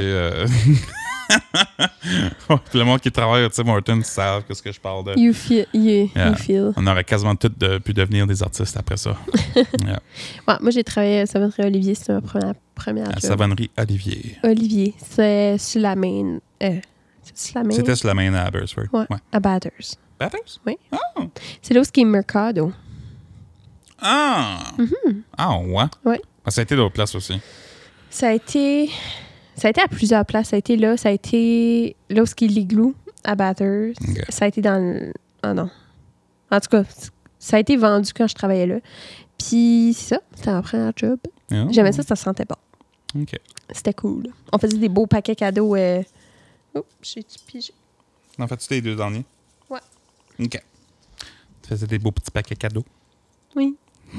Speaker 1: Le monde qui travaille à Tim Horton savent ce que je parle de.
Speaker 2: You feel.
Speaker 1: On aurait quasiment tous pu devenir des artistes après ça. Yeah.
Speaker 2: Ouais, moi, j'ai travaillé à la savonnerie Olivier. C'était ma première job.
Speaker 1: La savonnerie Olivier.
Speaker 2: Olivier. C'est sur la main...
Speaker 1: C'était sur la main à Abbotsford.
Speaker 2: Ouais, à Bathurst.
Speaker 1: Bathurst?
Speaker 2: Oui.
Speaker 1: Oh.
Speaker 2: C'est là où il y a Mercado.
Speaker 1: Ah! Ah, ouais?
Speaker 2: Oui.
Speaker 1: Ah, ça a été d'autres places aussi.
Speaker 2: Ça a été à plusieurs places. Ça a été là où il y a l'Igloo, à Bathurst.
Speaker 1: Okay.
Speaker 2: Ça a été dans le... Ah non. En tout cas, ça a été vendu quand je travaillais là. Puis, c'est ça. C'était ma première job.
Speaker 1: Oh.
Speaker 2: J'aimais ça sentait bon.
Speaker 1: OK.
Speaker 2: C'était cool. On faisait des beaux paquets cadeaux... j'ai-tu pigé?
Speaker 1: En fait, tu les 2 derniers?
Speaker 2: Ouais.
Speaker 1: OK. Tu faisais des beaux petits paquets cadeaux?
Speaker 2: Oui.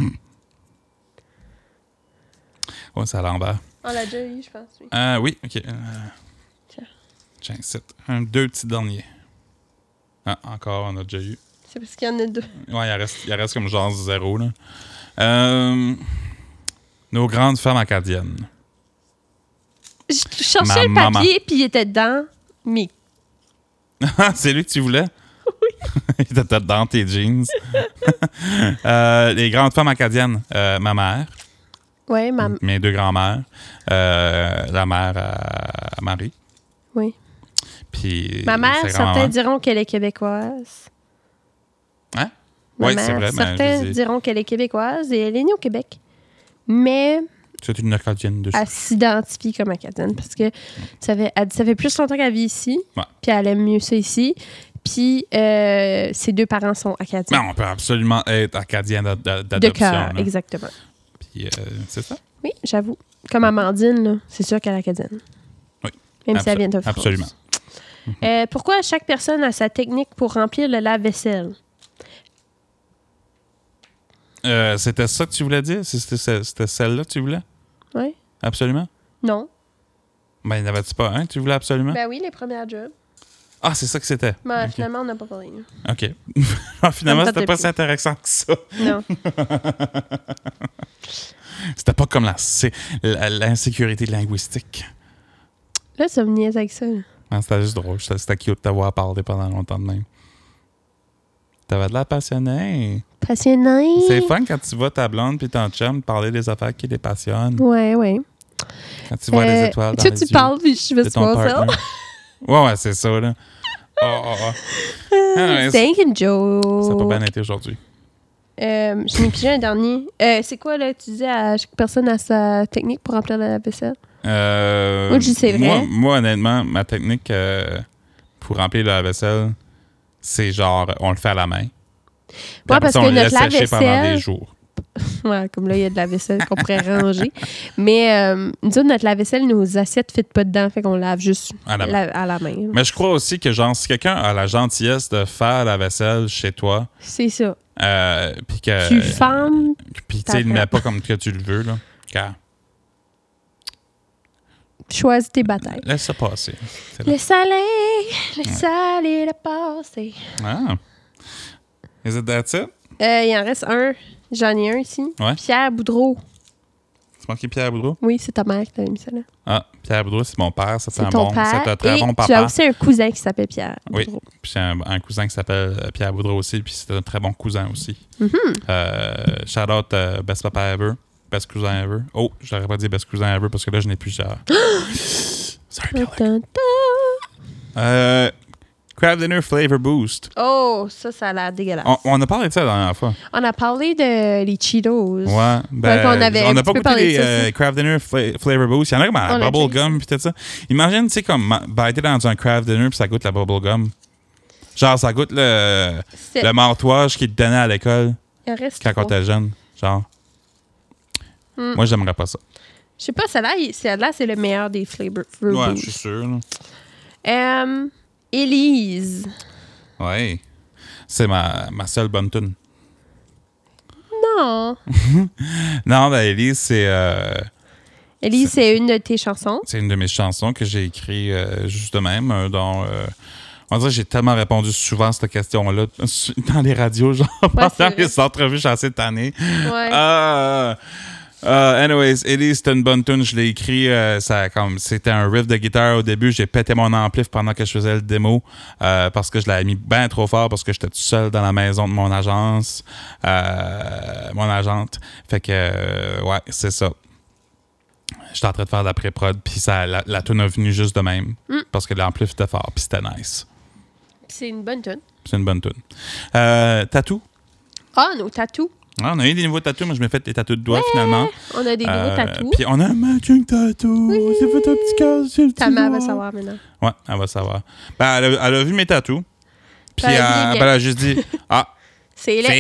Speaker 1: Ouais, c'est à l'envers.
Speaker 2: On l'a déjà eu, je pense, oui.
Speaker 1: Oui, OK. Tiens, c'est 2 petits derniers. Ah, encore, on a déjà eu.
Speaker 2: C'est parce qu'il y en a 2.
Speaker 1: Ouais, il reste comme genre 0, là. Nos grandes femmes acadiennes.
Speaker 2: Je cherchais le papier, puis il était dedans. Mais...
Speaker 1: C'est lui que tu voulais?
Speaker 2: Oui.
Speaker 1: Il était dans tes jeans. Les grandes femmes acadiennes. Ma mère.
Speaker 2: Oui,
Speaker 1: mes 2 grands-mères. La mère à Marie.
Speaker 2: Oui.
Speaker 1: Puis
Speaker 2: ma mère, certains diront qu'elle est québécoise.
Speaker 1: Hein? Oui, c'est vrai.
Speaker 2: Certains diront qu'elle est québécoise et elle est née au Québec. Mais...
Speaker 1: C'est une Acadienne dessus.
Speaker 2: Elle s'identifie comme Acadienne parce que ça fait plus longtemps qu'elle vit ici.
Speaker 1: Ouais.
Speaker 2: Puis elle aime mieux ça ici. Puis ses 2 parents sont Acadiens.
Speaker 1: Mais on peut absolument être Acadien d'adoption.
Speaker 2: De cœur, exactement.
Speaker 1: Puis c'est ça?
Speaker 2: Oui, j'avoue. Comme Amandine, là, c'est sûr qu'elle est Acadienne.
Speaker 1: Oui.
Speaker 2: Même si elle vient de France.
Speaker 1: Absolument.
Speaker 2: Pourquoi chaque personne a sa technique pour remplir le lave-vaisselle?
Speaker 1: C'était ça que tu voulais dire? C'était celle-là que tu voulais?
Speaker 2: Oui.
Speaker 1: Absolument?
Speaker 2: Non.
Speaker 1: Ben, n'avais-tu pas un que tu voulais absolument?
Speaker 2: Ben oui, les premières jobs.
Speaker 1: Ah, c'est ça que c'était?
Speaker 2: Mais
Speaker 1: okay.
Speaker 2: Finalement, on n'a pas parlé.
Speaker 1: OK. Finalement, c'était pas si intéressant que ça.
Speaker 2: Non.
Speaker 1: C'était pas comme l'insécurité linguistique.
Speaker 2: Là, ça me niaise avec ça.
Speaker 1: Non, c'était juste drôle. C'était cute de t'avoir parlé pendant longtemps de même. T'avais de l'air passionné.
Speaker 2: Passionné.
Speaker 1: C'est fun quand tu vois ta blonde puis ton chum parler des affaires qui les passionnent.
Speaker 2: Ouais, ouais.
Speaker 1: Quand tu vois les étoiles dans les yeux.
Speaker 2: Tu parles puis je me suis ça.
Speaker 1: Ouais, c'est ça, là.
Speaker 2: Thank you, Joe.
Speaker 1: Ça n'a pas bien été aujourd'hui.
Speaker 2: Je n'ai pigé un dernier. C'est quoi, là? Tu disais à chaque personne a sa technique pour remplir la vaisselle? Moi, je dis c'est vrai.
Speaker 1: Moi, honnêtement, ma technique pour remplir le lave-vaisselle, c'est genre, on le fait à la main.
Speaker 2: Ouais, parce que notre
Speaker 1: laisse sécher pendant des
Speaker 2: lave-vaisselle...
Speaker 1: jours.
Speaker 2: Ouais, comme là, il y a de la vaisselle qu'on pourrait ranger. Mais nous autres, notre lave-vaisselle, nos assiettes ne fitent pas dedans, fait qu'on lave juste à la main.
Speaker 1: Mais je crois aussi que, genre, si quelqu'un a la gentillesse de faire la vaisselle chez toi...
Speaker 2: C'est ça.
Speaker 1: Puis que...
Speaker 2: Tu fends...
Speaker 1: Puis, tu sais, il ne met pas comme que tu le veux, là. Car...
Speaker 2: Choisis tes batailles.
Speaker 1: Laisse ça passer.
Speaker 2: Le soleil, le passé.
Speaker 1: Ah. Is it that's it?
Speaker 2: Il en reste un. J'en ai un ici.
Speaker 1: Ouais.
Speaker 2: Pierre Boudreau.
Speaker 1: C'est moi qui est Pierre Boudreau?
Speaker 2: Oui, c'est ta mère qui t'a mis ça là.
Speaker 1: Ah, Pierre Boudreau, c'est mon père. Ça,
Speaker 2: c'est ton père.
Speaker 1: C'est un très bon papa.
Speaker 2: Tu as aussi un cousin qui s'appelle Pierre Boudreau.
Speaker 1: Oui, puis j'ai un cousin qui s'appelle Pierre Boudreau aussi, puis c'est un très bon cousin aussi. Shout out Best Papa Ever. Best cousin ever. Oh, j'aurais pas dit best cousin ever parce que là, je n'ai plus genre. Sorry, Pierre. Crab Dinner Flavor Boost.
Speaker 2: Oh, ça a l'air dégueulasse.
Speaker 1: On a parlé de ça la dernière fois.
Speaker 2: On a parlé de les Cheetos.
Speaker 1: Ouais.
Speaker 2: On
Speaker 1: n'a pas goûté les Crab Dinner Flavor Boost. Il y en a comme un bubble gum puis tout ça. Imagine, tu sais, comme biter dans un Crab Dinner puis ça goûte la bubble gum. Genre, ça goûte le martouage qui te donnait à l'école quand on était jeune. Genre. Moi, j'aimerais pas ça.
Speaker 2: Je sais pas, c'est le meilleur des flavor boosts.
Speaker 1: Ouais, je suis sûr.
Speaker 2: Élise.
Speaker 1: Ouais. C'est ma seule bonne tune.
Speaker 2: Non.
Speaker 1: Non, ben Élise, c'est...
Speaker 2: Élise, c'est une de tes chansons.
Speaker 1: C'est une de mes chansons que j'ai écrites juste de même. On dirait que j'ai tellement répondu souvent à cette question-là dans les radios, genre pendant les entrevues, j'ai assez tanné.
Speaker 2: Ouais.
Speaker 1: Anyways, Ellie, c'était une bonne tune. Je l'ai écrit. C'était un riff de guitare au début. J'ai pété mon amplif pendant que je faisais le démo parce que je l'avais mis bien trop fort parce que j'étais tout seul dans la maison de mon agence. Mon agente. Fait que, ouais, c'est ça. J'étais en train de faire de la pré-prod, puis la tune est venue juste de même parce que l'amplif était fort, puis c'était nice.
Speaker 2: C'est une bonne tune.
Speaker 1: C'est une bonne tune. Tatou?
Speaker 2: Ah, nos tatous.
Speaker 1: Ah, on a eu des nouveaux tatous. Moi, je m'ai fait des tatous de doigts, finalement.
Speaker 2: On a des nouveaux tatous.
Speaker 1: Puis on a un matching tatou.
Speaker 2: Oui.
Speaker 1: J'ai fait un petit cœur sur le
Speaker 2: Ta mère va savoir maintenant.
Speaker 1: Ouais, elle va savoir. Ben, elle a vu mes tatous. Puis elle a juste dit « Ah,
Speaker 2: c'est laid. »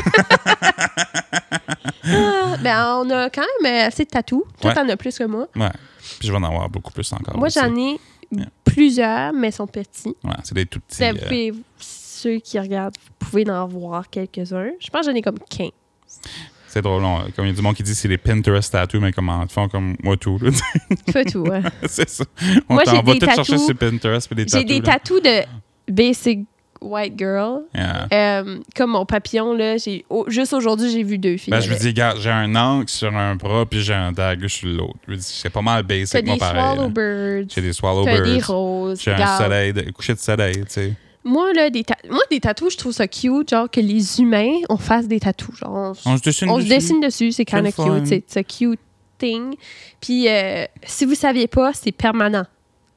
Speaker 2: Ben, on a quand même assez de tatous. Toi, t'en as plus que moi.
Speaker 1: Ouais. Puis je vais en avoir beaucoup plus encore.
Speaker 2: Moi, j'en ai plusieurs, mais ils sont petits.
Speaker 1: Ouais, c'est des tout petits.
Speaker 2: Ceux qui regardent, vous pouvez en voir quelques-uns. Je pense que j'en ai comme 15.
Speaker 1: C'est drôle. Comme il y a du monde qui dit que c'est des Pinterest tattoos, mais comment ils font comme moi tout.
Speaker 2: Fais tout, ouais.
Speaker 1: C'est ça.
Speaker 2: Moi,
Speaker 1: on va tout chercher sur Pinterest. Puis des tattoos,
Speaker 2: j'ai des tattoos de basic white girl.
Speaker 1: Yeah.
Speaker 2: Comme mon papillon, là, juste aujourd'hui, j'ai vu 2 filles.
Speaker 1: Ben, je vous dis, regarde, j'ai un ankh sur un bras, puis j'ai un dagger sur l'autre. C'est pas mal basic, moi, pareil.
Speaker 2: J'ai
Speaker 1: des swallow birds.
Speaker 2: T'as des roses.
Speaker 1: J'ai un soleil, coucher de soleil, tu sais.
Speaker 2: Moi, là, des tatous, je trouve ça cute, genre que les humains, on fasse des tatous. Genre,
Speaker 1: on se dessine
Speaker 2: dessus, c'est kind of cute. C'est un cute thing. Puis, si vous saviez pas, c'est permanent.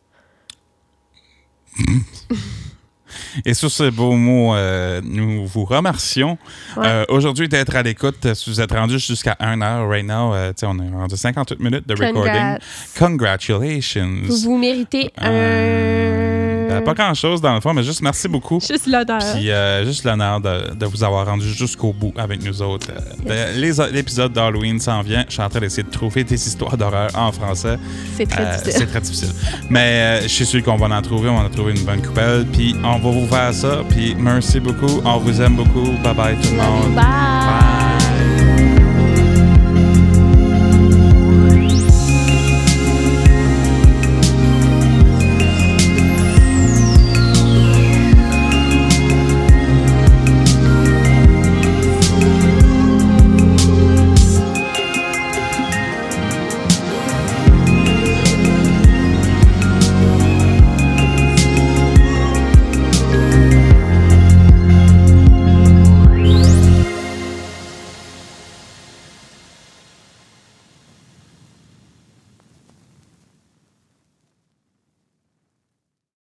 Speaker 1: Et sur ces beaux mots, nous vous remercions aujourd'hui d'être à l'écoute. Si vous êtes rendu jusqu'à 1 heure right now, on est rendu 58 minutes de recording. Congratulations!
Speaker 2: Vous méritez
Speaker 1: pas grand-chose dans le fond, mais juste merci beaucoup.
Speaker 2: Juste l'honneur.
Speaker 1: Puis juste l'honneur de vous avoir rendu jusqu'au bout avec nous autres. L'épisode d'Halloween s'en vient. Je suis en train d'essayer de trouver des histoires d'horreur en français.
Speaker 2: C'est très difficile.
Speaker 1: C'est très difficile. Mais je suis sûr qu'on va en trouver. On a trouvé une bonne coupelle. Puis on va vous faire ça. Puis merci beaucoup. On vous aime beaucoup. Bye bye tout le monde.
Speaker 2: Bye.